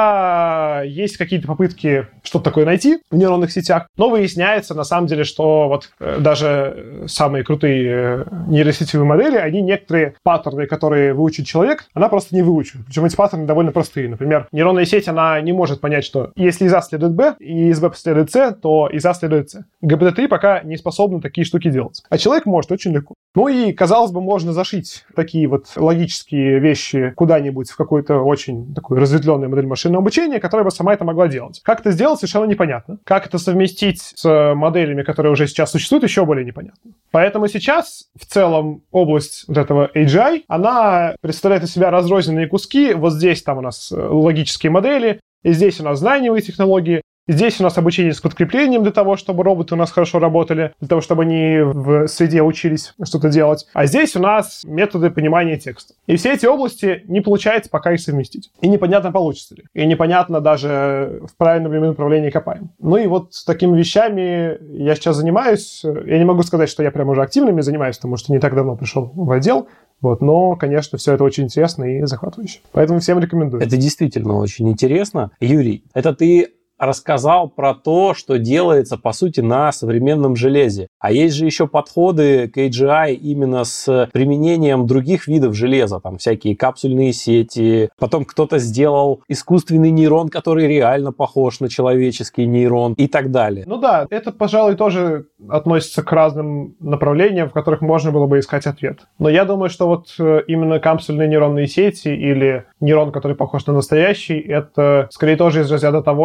хотя есть какие-то попытки что-то такое найти в нейронных сетях, но выясняется на самом деле, что вот э, даже самые крутые э, нейросетевые модели, они некоторые паттерны, которые выучит человек, она просто не выучит. Причем эти паттерны довольно простые. Например, нейронная сеть, она не может понять, что если из А следует Б и из Б следует С, то из А следует С. джи пи ти три пока не способна такие штуки делать. А человек может очень легко. Ну и, казалось бы, можно зашить такие вот логические вещи куда-нибудь в какую-то очень такую разветвленную модель машинного обучения, которая бы сама это могла делать. Как это сделать, совершенно непонятно. Как это совместить с моделями, которые уже сейчас существуют, еще более непонятно. Поэтому сейчас в целом область вот этого эй джи ай, она представляет из себя разрозненные куски. Вот здесь там у нас логические модели, и здесь у нас знаниевые технологии, здесь у нас обучение с подкреплением для того, чтобы роботы у нас хорошо работали, для того, чтобы они в среде учились что-то делать. А здесь у нас методы понимания текста. И все эти области не получается пока их совместить. И непонятно, получится ли. И непонятно даже, в правильном ли мы направлении копаем. Ну и вот такими вещами я сейчас занимаюсь. Я не могу сказать, что я прям уже активными занимаюсь, потому что не так давно пришел в отдел. Вот, но, конечно, все это очень интересно и захватывающе. Поэтому всем рекомендую. Это действительно очень интересно. Юрий, это ты рассказал про то, что делается, по сути, на современном железе. А есть же еще подходы к эй джи ай именно с применением других видов железа, там всякие капсульные сети. Потом кто-то сделал искусственный нейрон, который реально похож на человеческий нейрон и так далее. Ну да, это, пожалуй, тоже относится к разным направлениям, в которых можно было бы искать ответ. Но я думаю, что вот именно капсульные нейронные сети или нейрон, который похож на настоящий, это скорее тоже из разряда того, что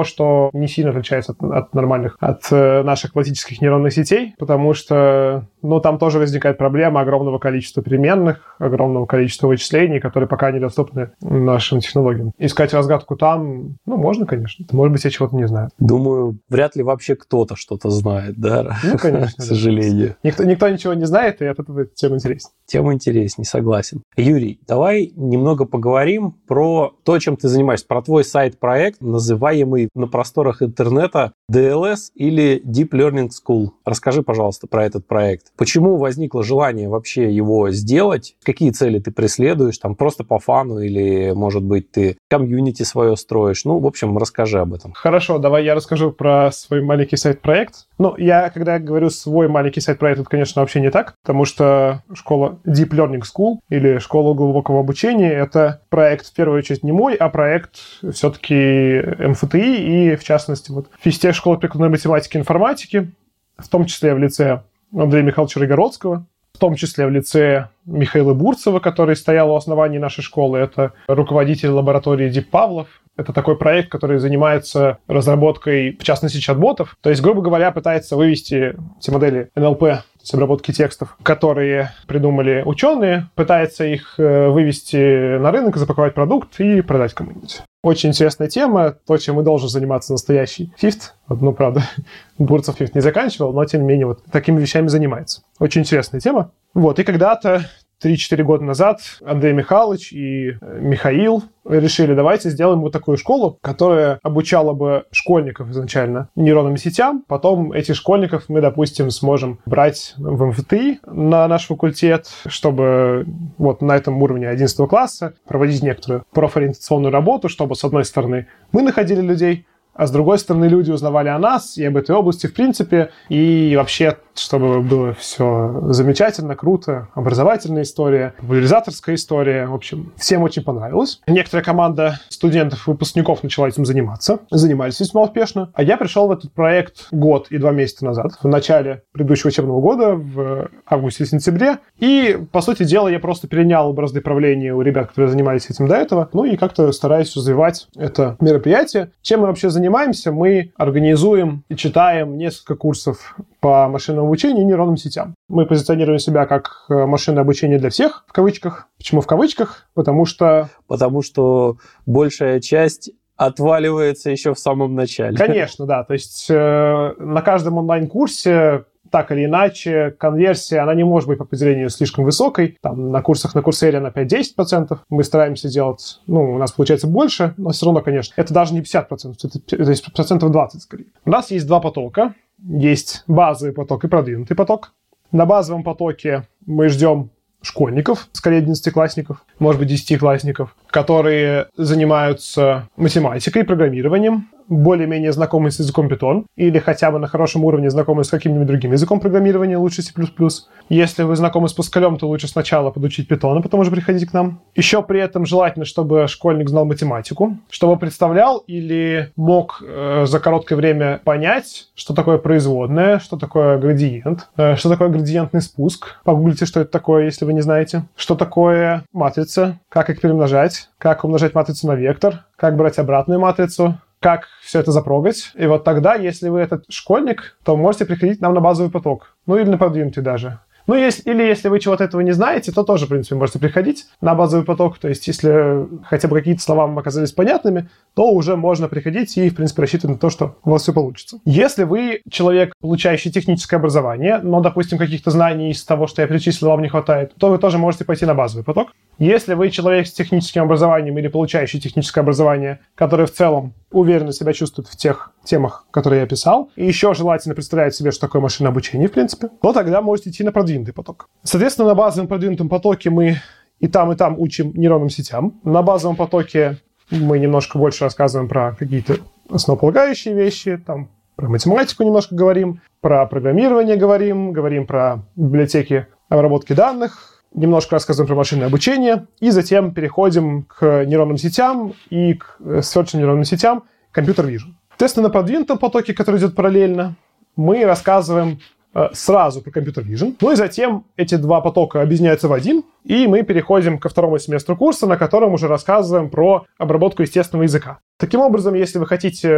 что не сильно отличается от, от нормальных, от э, наших классических нейронных сетей, потому что, ну, там тоже возникает проблема огромного количества переменных, огромного количества вычислений, которые пока недоступны нашим технологиям. Искать разгадку там, ну, можно, конечно. Может быть, я чего-то не знаю. Думаю, вряд ли вообще кто-то что-то знает, да? Ну, конечно. К сожалению. Никто, никто ничего не знает, и от этого тем интереснее. Тем интереснее, согласен. Юрий, давай немного поговорим про то, чем ты занимаешься, про твой сайт-проект, называемый на просторах интернета ди эл эс или Deep Learning School. Расскажи, пожалуйста, про этот проект. Почему возникло желание вообще его сделать? Какие цели ты преследуешь? Там просто по фану или, может быть, ты комьюнити свое строишь? Ну, в общем, расскажи об этом. Хорошо, давай я расскажу про свой маленький сайт-проект. Ну, я, когда говорю свой маленький сайт-проект, это, конечно, вообще не так, потому что школа Deep Learning School или школа глубокого обучения — это проект, в первую очередь, не мой, а проект все-таки эм эф ти и, и в частности, вот физтех школы прикладной математики и информатики, в том числе в лице Андрея Михайловича Рыгородского, в том числе в лице Михаила Бурцева, который стоял у основания нашей школы. Это руководитель лаборатории Дип Павлов. Это такой проект, который занимается разработкой, в частности, чат-ботов. То есть, грубо говоря, пытается вывести те модели эн эл пи, то есть обработки текстов, которые придумали ученые, пытается их вывести на рынок, запаковать продукт и продать кому-нибудь. Очень интересная тема, то, чем и должен заниматься настоящий фифт. Ну, правда, Бурцев фифт не заканчивал, но, тем не менее, вот такими вещами занимается. Очень интересная тема. Вот, и когда-то, три-четыре года назад, Андрей Михайлович и Михаил решили, давайте сделаем вот такую школу, которая обучала бы школьников изначально нейронным сетям. Потом этих школьников мы, допустим, сможем брать в эм эф ти на наш факультет, чтобы вот на этом уровне одиннадцатого класса проводить некоторую профориентационную работу, чтобы, с одной стороны, мы находили людей, а с другой стороны, люди узнавали о нас и об этой области в принципе, и вообще, чтобы было все замечательно, круто, образовательная история, популяризаторская история. В общем, всем очень понравилось. Некоторая команда студентов, выпускников начала этим заниматься, занимались весьма успешно. А я пришел в этот проект год и два месяца назад, в начале предыдущего учебного года, в августе-сентябре. И, по сути дела, я просто перенял образы правления у ребят, которые занимались этим до этого, ну и как-то стараюсь развивать это мероприятие. Чем мы вообще занимаемся? Занимаемся, мы организуем и читаем несколько курсов по машинному обучению и нейронным сетям. Мы позиционируем себя как машинное обучение для всех, в кавычках. Почему в кавычках? Потому что... Потому что большая часть отваливается еще в самом начале. Конечно, да. То есть э, на каждом онлайн-курсе так или иначе, конверсия, она не может быть по определению слишком высокой. Там на курсах на Курсере на пять-десять процентов. Мы стараемся делать, ну, у нас получается больше, но все равно, конечно, это даже не пятьдесят процентов, это, это процентов двадцать скорее. У нас есть два потока. Есть базовый поток и продвинутый поток. На базовом потоке мы ждем школьников, скорее одиннадцатиклассников, может быть, десятиклассников, которые занимаются математикой, программированием, более-менее знакомы с языком Python или хотя бы на хорошем уровне знакомы с каким-нибудь другим языком программирования, лучше C++. Если вы знакомы с Pascal, то лучше сначала подучить Python, а потом уже приходить к нам. Еще при этом желательно, чтобы школьник знал математику, чтобы представлял или мог э, за короткое время понять, что такое производная, что такое градиент, э, что такое градиентный спуск. Погуглите, что это такое, если вы не знаете. Что такое матрица, как их перемножать, как умножать матрицу на вектор, как брать обратную матрицу, как все это запрогать. И вот тогда, если вы этот школьник, то можете приходить к нам на базовый поток. Ну или на продвинутый даже. Ну, если, или если вы чего-то этого не знаете, то тоже, в принципе, можете приходить на базовый поток. То есть, если хотя бы какие-то слова вам оказались понятными, то уже можно приходить и, в принципе, рассчитывать на то, что у вас все получится. Если вы человек, получающий техническое образование, но, допустим, каких-то знаний из того, что я перечислил, вам не хватает, то вы тоже можете пойти на базовый поток. Если вы человек с техническим образованием или получающий техническое образование, который в целом уверенно себя чувствует в тех темах, которые я описал, и еще желательно представляет себе, что такое машинное обучение, в принципе, то тогда можете идти на продвинутый поток. Соответственно, на базовом продвинутом потоке мы и там, и там учим нейронным сетям. На базовом потоке мы немножко больше рассказываем про какие-то основополагающие вещи, там про математику немножко говорим, про программирование говорим, говорим про библиотеки обработки данных, немножко рассказываем про машинное обучение, и затем переходим к нейронным сетям и к сверху нейронным сетям Computer Vision. Соответственно, на продвинутом потоке, который идет параллельно, мы рассказываем э, сразу про Computer Vision. Ну и затем эти два потока объединяются в один, и мы переходим ко второму семестру курса, на котором уже рассказываем про обработку естественного языка. Таким образом, если вы хотите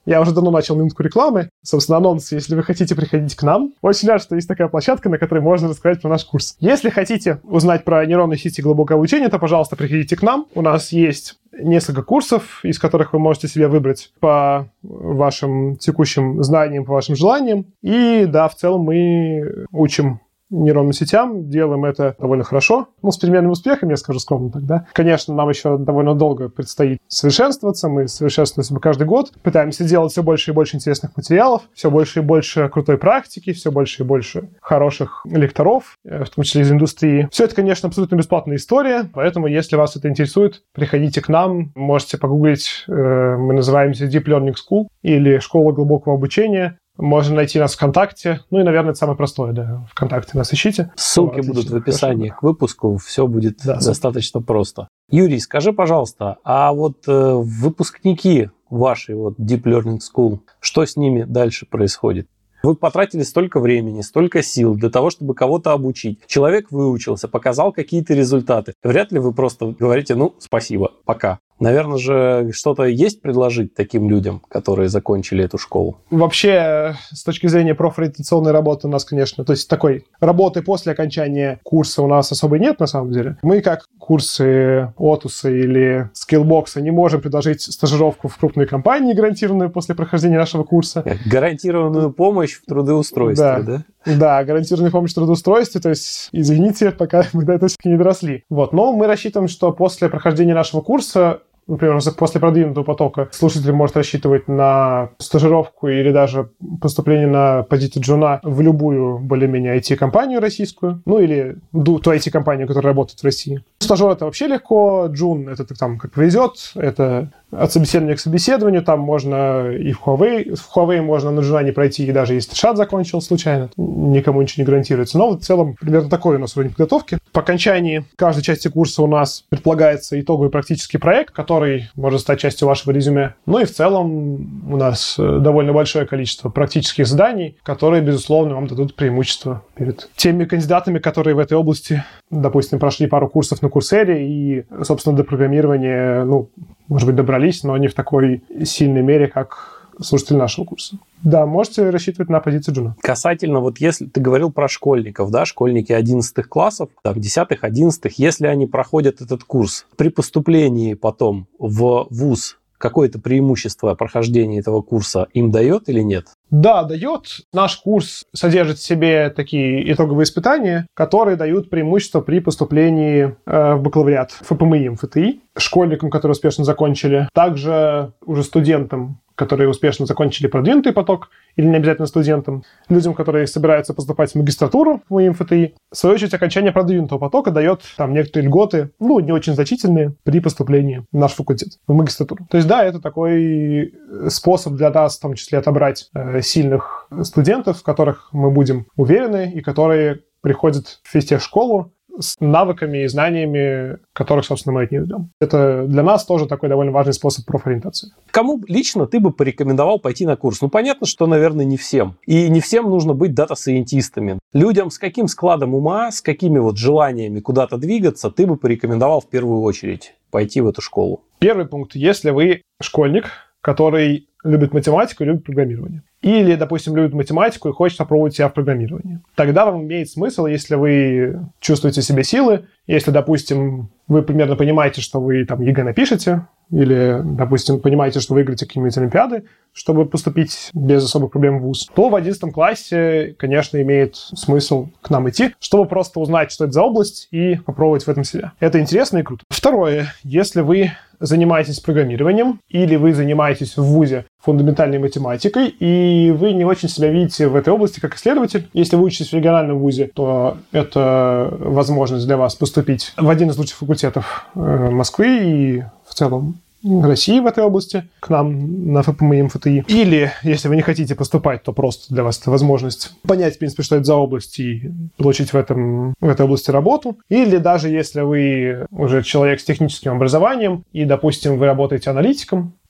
Я уже давно начал минутку рекламы. Собственно, анонс, если вы хотите приходить к нам. Очень рад, что есть такая площадка, на которой можно рассказать про наш курс. Если хотите узнать про нейронные сети и глубокое обучение, то, пожалуйста, приходите к нам. У нас есть несколько курсов, из которых вы можете себе выбрать по вашим текущим знаниям, по вашим желаниям. И да, в целом мы учим нейронным сетям, делаем это довольно хорошо. Ну, с переменным успехом, я скажу скромно тогда. Конечно, нам еще довольно долго предстоит совершенствоваться. Мы совершенствуемся каждый год. Пытаемся делать все больше и больше интересных материалов, все больше и больше крутой практики, все больше и больше хороших лекторов, в том числе из индустрии. Все это, конечно, абсолютно бесплатная история, поэтому, если вас это интересует, приходите к нам. Можете погуглить, мы называемся Deep Learning School или Школа глубокого обучения. Можно найти нас ВКонтакте. Ну и, наверное, это самое простое, да. ВКонтакте нас ищите. Ссылки вот, будут в описании хорошо, к выпуску. Все будет да, достаточно просто. Юрий, скажи, пожалуйста, а вот э, выпускники вашей вот Deep Learning School, что с ними дальше происходит? Вы потратили столько времени, столько сил для того, чтобы кого-то обучить. Человек выучился, показал какие-то результаты. Вряд ли вы просто говорите, ну, спасибо, пока. Наверное же, что-то есть предложить таким людям, которые закончили эту школу? Вообще, с точки зрения профориентационной работы у нас, конечно, то есть такой работы после окончания курса у нас особо нет, на самом деле. Мы, как курсы Otus или Skillbox, не можем предложить стажировку в крупной компании, гарантированную после прохождения нашего курса. Гарантированную помощь в трудоустройстве, да? да? Да, гарантированную помощь в трудоустройстве, то есть, извините, пока мы до этого все-таки не доросли. Вот, но мы рассчитываем, что после прохождения нашего курса, например, после продвинутого потока, слушатель может рассчитывать на стажировку или даже поступление на позицию джуна в любую более-менее ай ти-компанию российскую, ну или ту ай ти-компанию, которая работает в России. Стажер — это вообще легко, джун — это там как повезет, это от собеседования к собеседованию, там можно и в Huawei, в Huawei можно на джуна не пройти, и даже если шат закончил случайно, никому ничего не гарантируется. Но вот в целом примерно такой у нас уровень подготовки. По окончании каждой части курса у нас предполагается итоговый практический проект, который может стать частью вашего резюме. Ну и в целом у нас довольно большое количество практических заданий, которые, безусловно, вам дадут преимущество перед теми кандидатами, которые в этой области, допустим, прошли пару курсов на Курсере и, собственно, до программирования, ну, может быть, добрались, но не в такой сильной мере, как слушатели нашего курса. Да, можете рассчитывать на позицию джуна. Касательно, вот если ты говорил про школьников, да, школьники одиннадцатых классов, там, десятых, одиннадцатых, если они проходят этот курс, при поступлении потом в вуз какое-то преимущество прохождения этого курса им дает или нет? Да, дает. Наш курс содержит в себе такие итоговые испытания, которые дают преимущество при поступлении э, в бакалавриат эф пэ эм и, эм эф тэ и, школьникам, которые успешно закончили, также уже студентам, которые успешно закончили продвинутый поток, или не обязательно студентам, людям, которые собираются поступать в магистратуру в эм эф тэ и. В свою очередь, окончание продвинутого потока дает там некоторые льготы, ну, не очень значительные, при поступлении в наш факультет, в магистратуру. То есть, да, это такой способ для нас, в том числе, отобрать э, сильных студентов, в которых мы будем уверены, и которые приходят в физтехшколу с навыками и знаниями, которых, собственно, мы от них ждем. Это для нас тоже такой довольно важный способ профориентации. Кому лично ты бы порекомендовал пойти на курс? Ну, понятно, что, наверное, не всем. И не всем нужно быть дата-сайентистами. Людям с каким складом ума, с какими вот желаниями куда-то двигаться, ты бы порекомендовал в первую очередь пойти в эту школу? Первый пункт. Если вы школьник, который любит математику и любит программирование. Или, допустим, любит математику и хочет попробовать себя в программировании. Тогда вам имеет смысл, если вы чувствуете в себе силы, если, допустим, вы примерно понимаете, что вы там ЕГЭ напишете, или, допустим, понимаете, что выиграете какие-нибудь олимпиады, чтобы поступить без особых проблем в вуз, то в одиннадцатом классе, конечно, имеет смысл к нам идти, чтобы просто узнать, что это за область, и попробовать в этом себя. Это интересно и круто. Второе. Если вы занимаетесь программированием, или вы занимаетесь в вузе фундаментальной математикой, и вы не очень себя видите в этой области как исследователь. Если вы учитесь в региональном вузе, то это возможность для вас поступить в один из лучших факультетов Москвы и в целом России в этой области, к нам на эф пэ эм и, эм эф тэ и. Или, если вы не хотите поступать, то просто для вас это возможность понять, в принципе, что это за область и получить в, этом, в этой области работу. Или даже если вы уже человек с техническим образованием и, допустим, вы работаете аналитиком,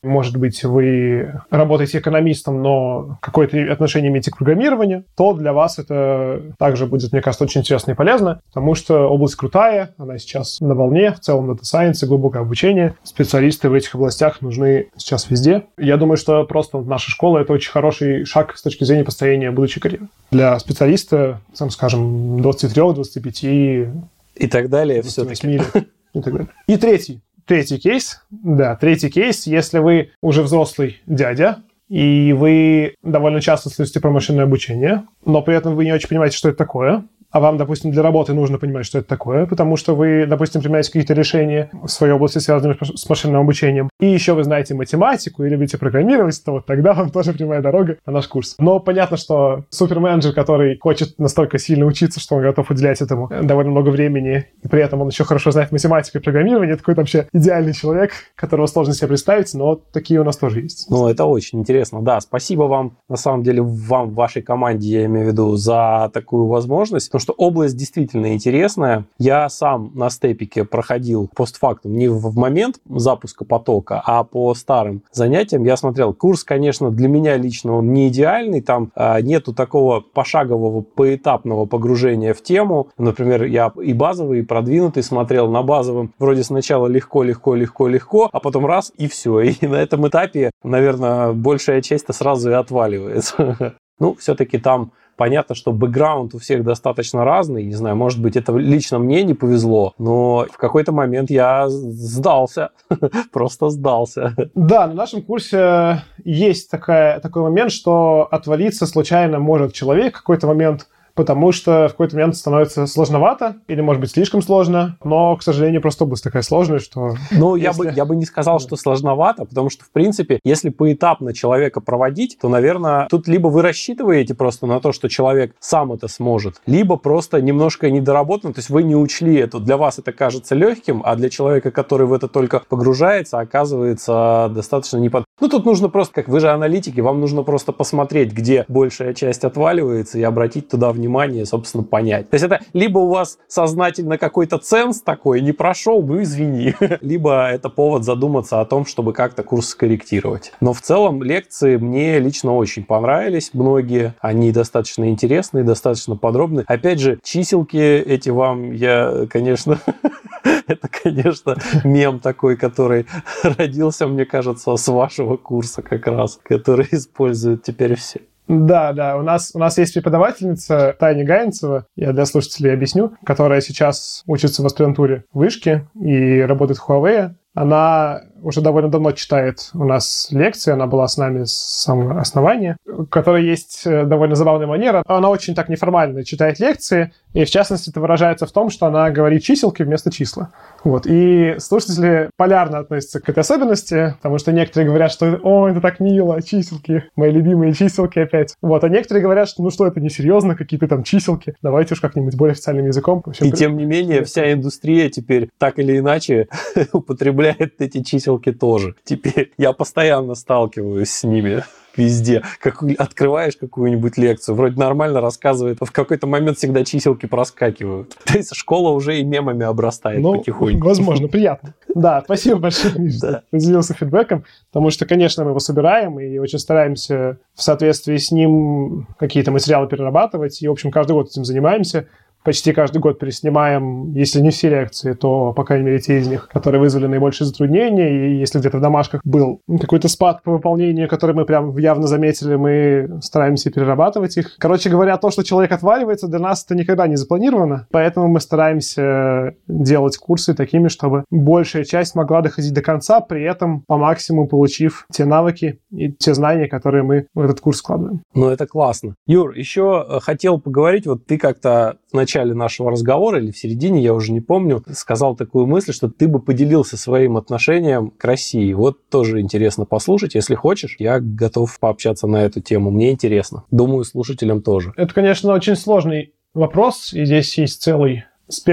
может быть, вы работаете экономистом, но какое-то отношение имеете к программированию, то для вас это также будет, мне кажется, очень интересно и полезно, потому что область крутая, она сейчас на волне, в целом Data Science и глубокое обучение. Специалисты в этих областях нужны сейчас везде. Я думаю, что просто наша школа — это очень хороший шаг с точки зрения построения будущей карьеры. Для специалиста, там, скажем, двадцать три двадцать пять и так далее, все-таки. И так далее. И третий. Третий кейс. Да, третий кейс. Если вы уже взрослый дядя, и вы довольно часто слышите про машинное обучение, но при этом вы не очень понимаете, что это такое, а вам, допустим, для работы нужно понимать, что это такое, потому что вы, допустим, принимаете какие-то решения в своей области, связанные с машинным обучением, и еще вы знаете математику и любите программировать, то вот тогда вам тоже прямая дорога на наш курс. Но понятно, что суперменеджер, который хочет настолько сильно учиться, что он готов уделять этому довольно много времени, и при этом он еще хорошо знает математику и программирование, такой вообще идеальный человек, которого сложно себе представить, но такие у нас тоже есть. Ну, это очень интересно. Да, спасибо вам, на самом деле, вам, в вашей команде, я имею в виду, за такую возможность, потому что область действительно интересная. Я сам на степике проходил постфактум не в момент запуска потока, а по старым занятиям. Я смотрел курс, конечно, для меня лично он не идеальный. Там а, нету такого пошагового, поэтапного погружения в тему. Например, я и базовый, и продвинутый смотрел. На базовом вроде сначала легко, легко, легко, легко, а потом раз и все. И на этом этапе, наверное, большая часть-то сразу и отваливается. Ну, все-таки там понятно, что бэкграунд у всех достаточно разный. Не знаю, может быть, это лично мне не повезло, но в какой-то момент я сдался. Просто сдался. Да, на нашем курсе есть такая, такой момент, что отвалиться случайно может человек в какой-то момент, потому что в какой-то момент становится сложновато, или, может быть, слишком сложно, но, к сожалению, просто область такая сложная, что... Ну, если... я, бы, я бы не сказал, что сложновато, потому что, в принципе, если поэтапно человека проводить, то, наверное, тут либо вы рассчитываете просто на то, что человек сам это сможет, либо просто немножко недоработано, то есть вы не учли это, для вас это кажется легким, а для человека, который в это только погружается, оказывается достаточно непод... Ну, тут нужно просто, как вы же аналитики, вам нужно просто посмотреть, где большая часть отваливается, и обратить туда внимание. внимание, собственно, понять. То есть это либо у вас сознательно какой-то ценз такой не прошел, ну извини, либо это повод задуматься о том, чтобы как-то курс скорректировать. Но в целом лекции мне лично очень понравились, многие, они достаточно интересные, достаточно подробные. Опять же, чиселки эти вам я, конечно, это, конечно, мем такой, который родился, мне кажется, с вашего курса как раз, который используют теперь все. Да, да, у нас, у нас есть преподавательница Таня Гаинцева, я для слушателей объясню, которая сейчас учится в аспирантуре в Вышке и работает в Huawei. Она уже довольно давно читает у нас лекции, она была с нами с самого основания, у которой есть довольно забавная манера. Она очень так неформально читает лекции, и в частности это выражается в том, что она говорит чиселки вместо числа. Вот. И слушатели полярно относятся к этой особенности, потому что некоторые говорят, что «О, это так мило, чиселки, мои любимые чиселки опять». Вот. А некоторые говорят, что ну что, это несерьезно, какие-то там чиселки, давайте уж как-нибудь более официальным языком. Общем, и при... тем не менее, вся индустрия теперь так или иначе употребляет эти чиселки тоже. Теперь я постоянно сталкиваюсь с ними везде. Как открываешь какую-нибудь лекцию, вроде нормально рассказывает, в какой-то момент всегда чиселки проскакивают. То есть школа уже и мемами обрастает ну, потихоньку. Возможно, приятно. Да, спасибо большое, Миша, что поделился фидбэком, потому что, конечно, мы его собираем и очень стараемся в соответствии с ним какие-то материалы перерабатывать, и, в общем, каждый год этим занимаемся. Почти каждый год переснимаем, если не все лекции, то, по крайней мере, те из них, которые вызвали наибольшие затруднения. И если где-то в домашках был какой-то спад по выполнению, который мы прям явно заметили, мы стараемся перерабатывать их. Короче говоря, то, что человек отваливается, для нас это никогда не запланировано. Поэтому мы стараемся делать курсы такими, чтобы большая часть могла доходить до конца, при этом по максимуму получив те навыки и те знания, которые мы в этот курс вкладываем. Ну, это классно. Юр, еще хотел поговорить, вот ты как-то в начале нашего разговора или в середине, я уже не помню, сказал такую мысль, что ты бы поделился своим отношением к России. Вот тоже интересно послушать. Если хочешь, я готов пообщаться на эту тему. Мне интересно. Думаю, слушателям тоже. Это, конечно, очень сложный вопрос, и здесь есть целый спектр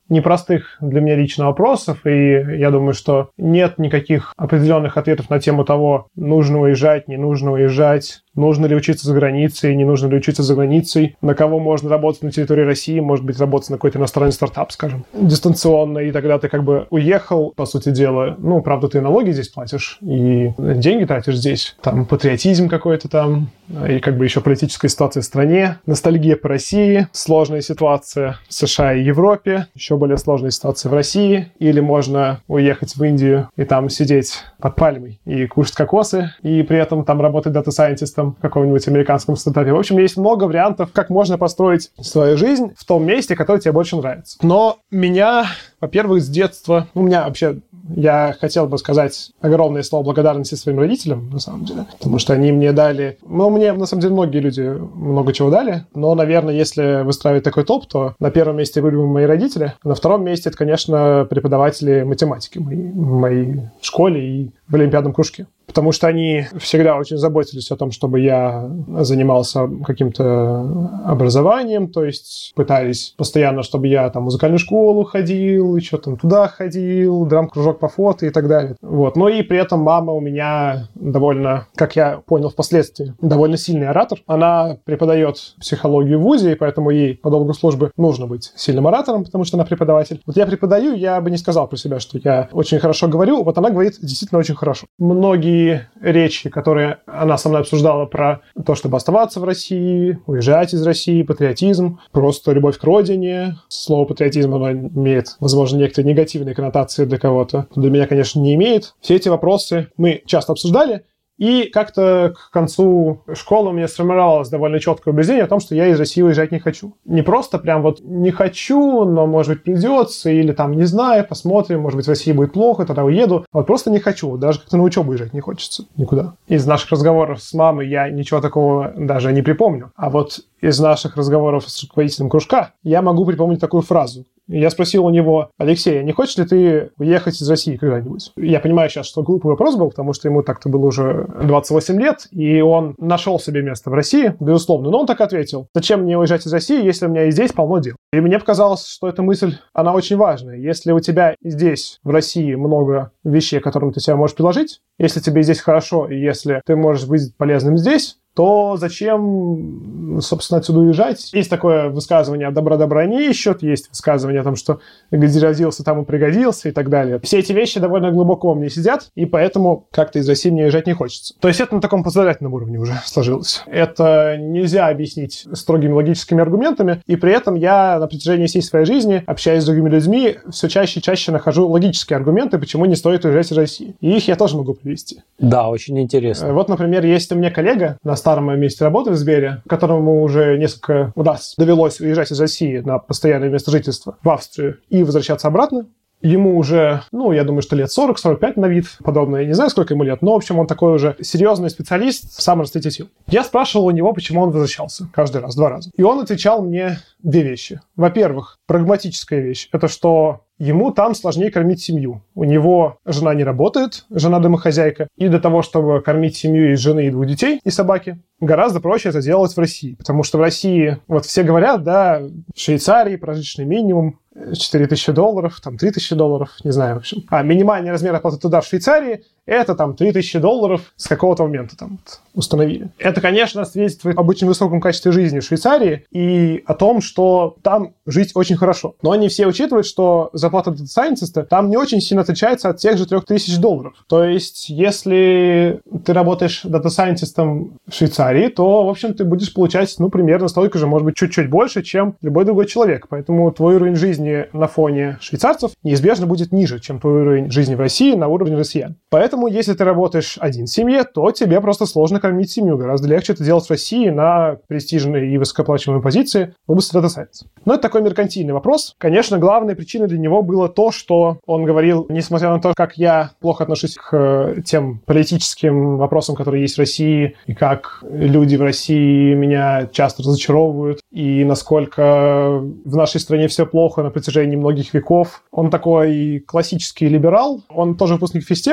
непростых для меня лично вопросов, и я думаю, что нет никаких определенных ответов на тему того, нужно уезжать, не нужно уезжать, нужно ли учиться за границей, не нужно ли учиться за границей, на кого можно работать на территории России, может быть, работать на какой-то иностранный стартап, скажем, дистанционно, и тогда ты как бы уехал, по сути дела, ну, правда, ты налоги здесь платишь, и деньги тратишь здесь, там, патриотизм какой-то там, и как бы еще политическая ситуация в стране, ностальгия по России, сложная ситуация в США и Европе, еще более сложная ситуация в России, или можно уехать в Индию и там сидеть под пальмой и кушать кокосы, и при этом там работать дата-сайентистом в каком-нибудь американском стартапе. В общем, есть много вариантов, как можно построить свою жизнь в том месте, которое тебе больше нравится. Но меня, во-первых, с детства, у меня вообще, я хотел бы сказать огромное слово благодарности своим родителям, на самом деле, потому что они мне дали, ну, мне, на самом деле, многие люди много чего дали, но, наверное, если выстраивать такой топ, то на первом месте были бы мои родители, а на втором месте это, конечно, преподаватели математики мои, в моей школе и в олимпиадном кружке. Потому что они всегда очень заботились о том, чтобы я занимался каким-то образованием, то есть пытались постоянно, чтобы я там в музыкальную школу ходил, еще там туда ходил, драм-кружок по фото и так далее. Вот. Ну и при этом мама у меня довольно, как я понял впоследствии, довольно сильный оратор. Она преподает психологию в вузе, и поэтому ей по долгу службы нужно быть сильным оратором, потому что она преподаватель. Вот я преподаю, я бы не сказал про себя, что я очень хорошо говорю, вот она говорит действительно очень хорошо. Многие речи, которые она со мной обсуждала про то, чтобы оставаться в России, уезжать из России, патриотизм, просто любовь к родине. Слово патриотизм, оно имеет, возможно, некоторые негативные коннотации для кого-то. Для меня, конечно, не имеет. Все эти вопросы мы часто обсуждали, и как-то к концу школы у меня сформировалось довольно четкое убеждение о том, что я из России уезжать не хочу. Не просто прям вот не хочу, но, может быть, придется, или там, не знаю, посмотрим, может быть, в России будет плохо, тогда уеду. Вот просто не хочу, даже как-то на учебу уезжать не хочется никуда. Из наших разговоров с мамой я ничего такого даже не припомню. А вот из наших разговоров с руководителем кружка я могу припомнить такую фразу. Я спросил у него: Алексей, а не хочешь ли ты уехать из России когда-нибудь? Я понимаю сейчас, что глупый вопрос был, потому что ему так-то было уже двадцать восемь лет, и он нашел себе место в России, безусловно. Но он так ответил: зачем мне уезжать из России, если у меня и здесь полно дел? И мне показалось, что эта мысль, она очень важная. Если у тебя здесь, в России, много вещей, к которым ты себя можешь приложить, если тебе здесь хорошо, и если ты можешь быть полезным здесь, то зачем, собственно, отсюда уезжать? Есть такое высказывание: от добра добра не ищут, есть высказывание о том, что где родился, там и пригодился и так далее. Все эти вещи довольно глубоко во мне сидят, и поэтому как-то из России мне уезжать не хочется. То есть это на таком позволительном уровне уже сложилось. Это нельзя объяснить строгими логическими аргументами, и при этом я на протяжении всей своей жизни, общаясь с другими людьми, все чаще и чаще нахожу логические аргументы, почему не стоит уезжать из России. И их я тоже могу привести. Да, очень интересно. Вот, например, есть у меня коллега на старом моем месте работы в Сбере, которому уже несколько раз довелось уезжать из России на постоянное место жительства в Австрию и возвращаться обратно. Ему уже, ну, я думаю, что лет сорок сорок пять на вид, подобное. Я не знаю, сколько ему лет, но, в общем, он такой уже серьезный специалист в саморазвитии сил. Я спрашивал у него, почему он возвращался каждый раз, два раза. И он отвечал мне две вещи. Во-первых, прагматическая вещь. Это что ему там сложнее кормить семью. У него жена не работает, жена-домохозяйка. И для того, чтобы кормить семью из жены и двух детей, и собаки, гораздо проще это делать в России. Потому что в России, вот все говорят, да, в Швейцарии прожиточный минимум четыре тысячи долларов, там три тысячи долларов, не знаю, в общем. А минимальный размер оплаты труда в Швейцарии – это там три тысячи долларов с какого-то момента там вот, установили. Это, конечно, свидетельствует об очень высоком качестве жизни в Швейцарии и о том, что там жить очень хорошо. Но они все учитывают, что зарплата дата-сайентиста там не очень сильно отличается от тех же трех тысяч долларов. То есть, если ты работаешь дата-сайентистом в Швейцарии, то, в общем, ты будешь получать, ну, примерно столько же, может быть, чуть-чуть больше, чем любой другой человек. Поэтому твой уровень жизни на фоне швейцарцев неизбежно будет ниже, чем твой уровень жизни в России на уровне россиян. Поэтому, если ты работаешь один в семье, то тебе просто сложно кормить семью. Гораздо легче это делать в России на престижной и высокооплачиваемой позиции в области дата-сайенса. Но это такой меркантильный вопрос. Конечно, главной причиной для него было то, что он говорил, несмотря на то, как я плохо отношусь к тем политическим вопросам, которые есть в России, и как люди в России меня часто разочаровывают, и насколько в нашей стране все плохо на протяжении многих веков. Он такой классический либерал, он тоже выпускник физтеха, и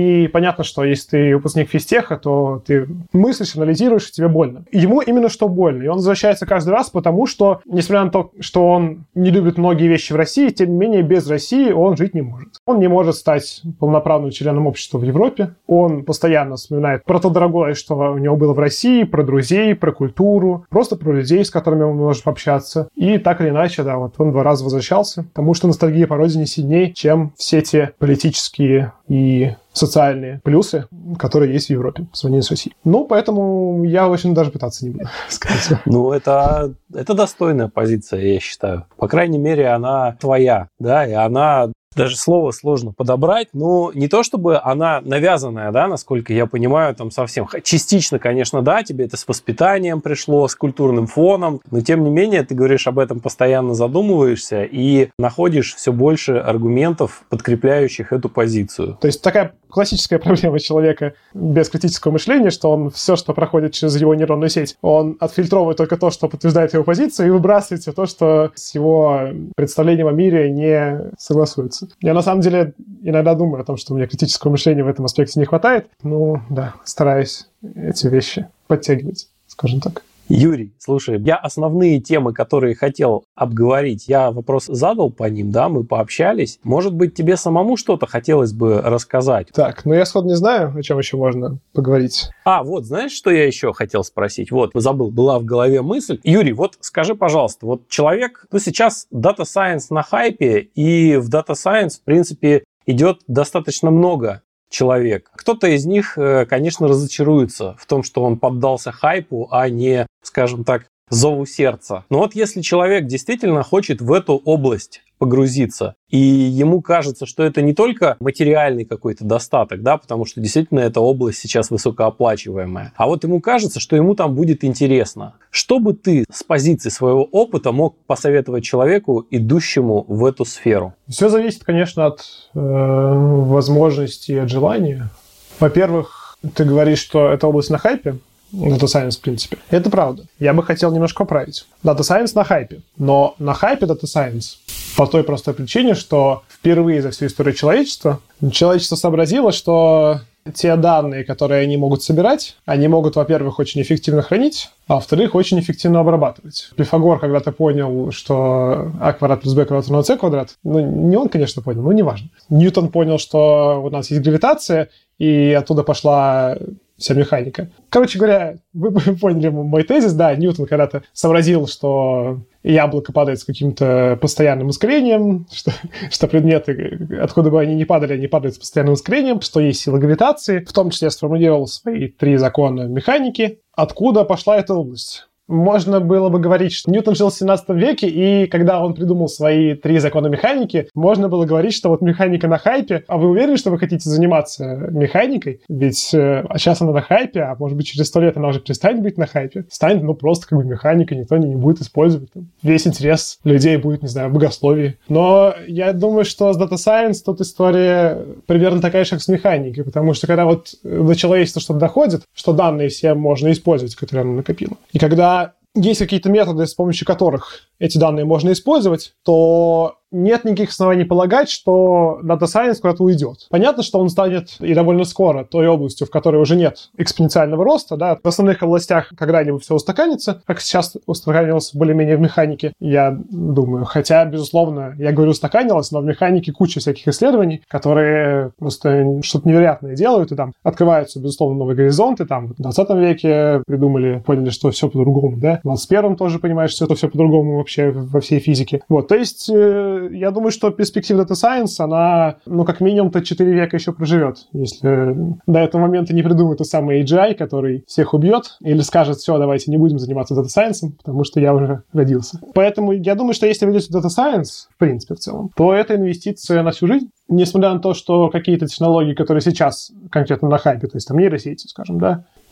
И понятно, что если ты выпускник физтеха, то ты мыслишь, анализируешь, и тебе больно. Ему именно что больно. И он возвращается каждый раз, потому что, несмотря на то, что он не любит многие вещи в России, тем не менее, без России он жить не может. Он не может стать полноправным членом общества в Европе. Он постоянно вспоминает про то дорогое, что у него было в России, про друзей, про культуру, просто про людей, с которыми он может общаться. И так или иначе, да, вот он два раза возвращался, потому что ностальгия по родине сильнее, чем все те политические и социальные плюсы, которые есть в Европе по сравнению с Россией. Ну, поэтому я очень даже пытаться не буду сказать. Ну, это, это достойная позиция, я считаю. По крайней мере, она твоя, да, и она... Даже слово сложно подобрать, но не то чтобы она навязанная, да, насколько я понимаю, там совсем. Частично, конечно, да, тебе это с воспитанием пришло, с культурным фоном, но тем не менее ты говоришь об этом, постоянно задумываешься и находишь все больше аргументов, подкрепляющих эту позицию. То есть такая классическая проблема человека без критического мышления, что он все, что проходит через его нейронную сеть, он отфильтровывает только то, что подтверждает его позицию, и выбрасывает все то, что с его представлением о мире не согласуется. Я на самом деле иногда думаю о том, что у меня критического мышления в этом аспекте не хватает. Ну, да, стараюсь эти вещи подтягивать, скажем так. Юрий, слушай, я основные темы, которые хотел обговорить, я вопрос задал по ним, да, мы пообщались. Может быть, тебе самому что-то хотелось бы рассказать? Так, ну я сходу не знаю, о чем еще можно поговорить. А, вот, знаешь, что я еще хотел спросить? Вот, забыл, была в голове мысль. Юрий, вот скажи, пожалуйста, вот человек, ну сейчас Data Science на хайпе, и в Data Science, в принципе, идет достаточно много человек. Кто-то из них, конечно, разочаруется в том, что он поддался хайпу, а не, скажем так, зову сердца. Но вот если человек действительно хочет в эту область погрузиться, и ему кажется, что это не только материальный какой-то достаток, да, потому что действительно эта область сейчас высокооплачиваемая, а вот ему кажется, что ему там будет интересно. Что бы ты с позиции своего опыта мог посоветовать человеку, идущему в эту сферу? Все зависит, конечно, от э, возможностей и от желания. Во-первых, ты говоришь, что эта область на хайпе, Data Science, в принципе. Это правда. Я бы хотел немножко поправить. Data Science на хайпе. Но на хайпе Data Science по той простой причине, что впервые за всю историю человечества человечество сообразило, что те данные, которые они могут собирать, они могут, во-первых, очень эффективно хранить, а во-вторых, очень эффективно обрабатывать. Пифагор когда-то понял, что а квадрат плюс b квадрат равно c квадрат. Ну, не он, конечно, понял, но неважно. Ньютон понял, что у нас есть гравитация, и оттуда пошла вся механика. Короче говоря, вы поняли мой тезис, да, Ньютон когда-то сообразил, что яблоко падает с каким-то постоянным ускорением, что, что предметы, откуда бы они ни падали, они падают с постоянным ускорением, что есть сила гравитации, в том числе сформулировал свои три закона механики. Откуда пошла эта область? Можно было бы говорить, что Ньютон жил в семнадцатом веке, и когда он придумал свои три закона механики, можно было говорить, что вот механика на хайпе. А вы уверены, что вы хотите заниматься механикой? Ведь э, сейчас она на хайпе, а может быть через сто лет она уже перестанет быть на хайпе. Станет, ну, просто как бы механика, никто не, не будет использовать. Там. Весь интерес людей будет, не знаю, в богословии. Но я думаю, что с Data Science тут история примерно такая же, как с механикой, потому что когда вот до человечества что-то доходит, что данные все можно использовать, которые оно накопило. И когда есть какие-то методы, с помощью которых эти данные можно использовать, то нет никаких оснований полагать, что Data Science куда-то уйдет. Понятно, что он станет и довольно скоро той областью, в которой уже нет экспоненциального роста, да, в основных областях когда-нибудь все устаканится, как сейчас устаканилось более-менее в механике, я думаю. Хотя, безусловно, я говорю устаканилось, но в механике куча всяких исследований, которые просто что-то невероятное делают, и там открываются, безусловно, новые горизонты. Там в двадцатом веке придумали, поняли, что все по-другому, да. В двадцать первом тоже понимаешь, что это все по-другому вообще во всей физике. Вот, то есть я думаю, что перспектива Data Science, она, ну, как минимум-то четыре века еще проживет, если до этого момента не придумают тот самый эй джи ай, который всех убьет, или скажет, все, давайте не будем заниматься Data Science, потому что я уже родился. Поэтому я думаю, что если вы идете в Data Science, в принципе, в целом, то это инвестиция на всю жизнь. Несмотря на то, что какие-то технологии, которые сейчас конкретно на хайпе, то есть там нейросети, скажем, да,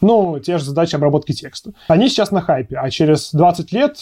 Ну, те же задачи обработки текста. Они сейчас на хайпе, а через двадцать лет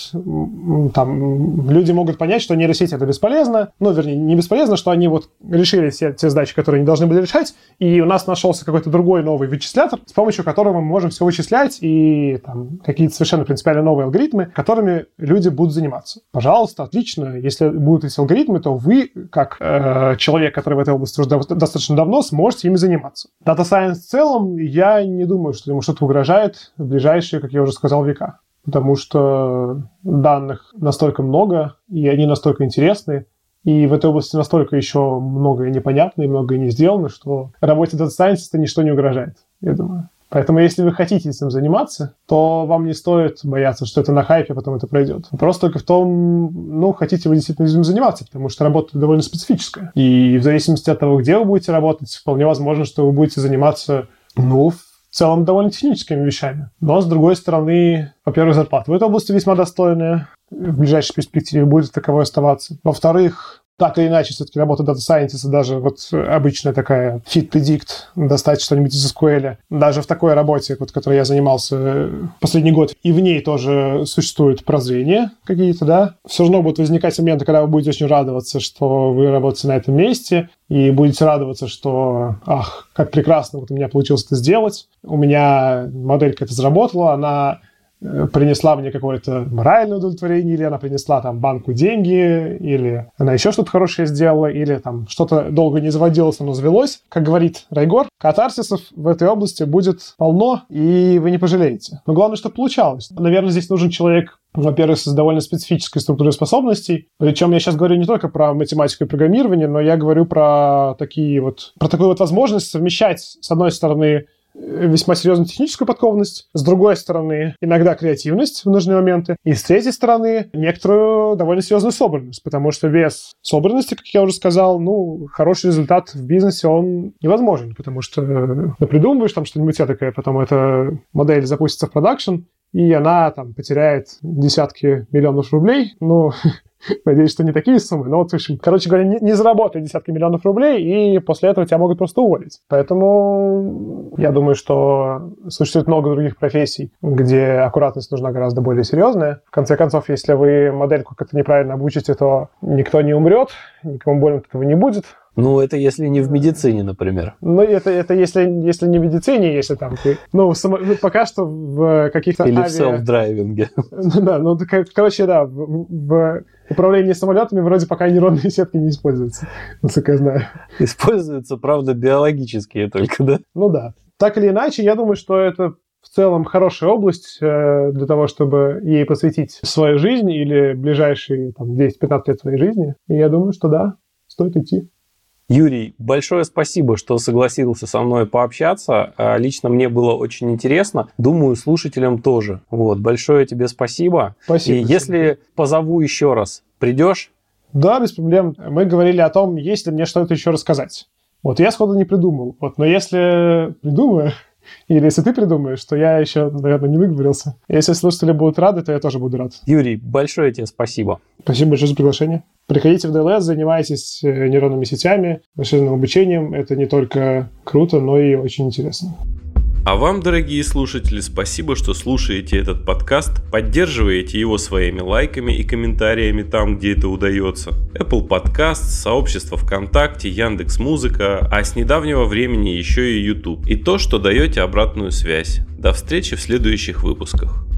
там, люди могут понять, что нейросеть это бесполезно, ну, вернее, не бесполезно, что они вот решили все те задачи, которые они должны были решать, и у нас нашелся какой-то другой новый вычислятор, с помощью которого мы можем все вычислять, и там, какие-то совершенно принципиально новые алгоритмы, которыми люди будут заниматься. Пожалуйста, отлично. Если будут эти алгоритмы, то вы, как э, человек, который в этой области уже достаточно давно, сможете ими заниматься. Data Science в целом, я не думаю, что ему что-то угрожает в ближайшие, как я уже сказал, века. Потому что данных настолько много, и они настолько интересны, и в этой области настолько еще многое непонятно и многое не сделано, что работе Data Scientist ничто не угрожает, я думаю. Поэтому, если вы хотите этим заниматься, то вам не стоит бояться, что это на хайпе, а потом это пройдет. Вопрос только в том, ну, хотите вы действительно этим заниматься, потому что работа довольно специфическая. И в зависимости от того, где вы будете работать, вполне возможно, что вы будете заниматься, ну, в целом довольно техническими вещами. Но, с другой стороны, во-первых, зарплата в этой области весьма достойная, в ближайшей перспективе будет таковой оставаться. Во-вторых, так или иначе, все-таки работа Data Scientist, даже вот обычная такая fit-predict, достать что-нибудь из эс ку эль, даже в такой работе, вот, которой я занимался последний год, и в ней тоже существуют прозрения какие-то, да. Все равно будут возникать моменты, когда вы будете очень радоваться, что вы работаете на этом месте, и будете радоваться, что, ах, как прекрасно, вот у меня получилось это сделать, у меня моделька это заработала, она принесла мне какое-то моральное удовлетворение, или она принесла там банку деньги, или она еще что-то хорошее сделала, или там что-то долго не заводилось, оно завелось. Как говорит Райгор, катарсисов в этой области будет полно, и вы не пожалеете. Но главное, чтобы получалось. Наверное, здесь нужен человек, во-первых, с довольно специфической структурой способностей. Причем я сейчас говорю не только про математику и программирование, но я говорю про такие вот, про такую вот возможность совмещать, с одной стороны, весьма серьезную техническую подкованность, с другой стороны, иногда креативность в нужные моменты, и с третьей стороны, некоторую довольно серьезную собранность, потому что без собранности, как я уже сказал, ну, хороший результат в бизнесе, он невозможен, потому что ты придумываешь там что-нибудь такое, потом эта модель запустится в продакшн, и она там потеряет десятки миллионов рублей, ну... Надеюсь, что не такие суммы, но вот, в общем, короче говоря, не, не заработай десятки миллионов рублей, и после этого тебя могут просто уволить. Поэтому я думаю, что существует много других профессий, где аккуратность нужна гораздо более серьезная. В конце концов, если вы модельку как-то неправильно обучите, то никто не умрет, никому больно от этого не будет. Ну, это если не в медицине, например. Ну, это, это если, если не в медицине, если там ты... Ну, само, пока что в каких-то Или авиа... в селф-драйвинге. Да, ну, короче, да, в, в управлении самолетами вроде пока нейронные сетки не используются, насколько я знаю. Используются, правда, биологические только, да? Ну, да. Так или иначе, я думаю, что это в целом хорошая область э, для того, чтобы ей посвятить свою жизнь или ближайшие там, десять-пятнадцать лет своей жизни. И я думаю, что да, стоит идти. Юрий, большое спасибо, что согласился со мной пообщаться. Лично мне было очень интересно. Думаю, слушателям тоже. Вот, большое тебе спасибо. Спасибо. И если позову еще раз, придешь? Да, без проблем. Мы говорили о том, есть ли мне что-то еще рассказать. Вот, я сходу не придумал. Вот, но если придумаю, или если ты придумаешь, то я еще, наверное, не выговорился. Если слушатели будут рады, то я тоже буду рад. Юрий, большое тебе спасибо. Спасибо большое за приглашение. Приходите в ди эл эс, занимайтесь нейронными сетями, машинным обучением. Это не только круто, но и очень интересно. А вам, дорогие слушатели, спасибо, что слушаете этот подкаст, поддерживаете его своими лайками и комментариями там, где это удается. Apple Podcast, сообщество ВКонтакте, Яндекс.Музыка, а с недавнего времени еще и YouTube. И то, что даете обратную связь. До встречи в следующих выпусках.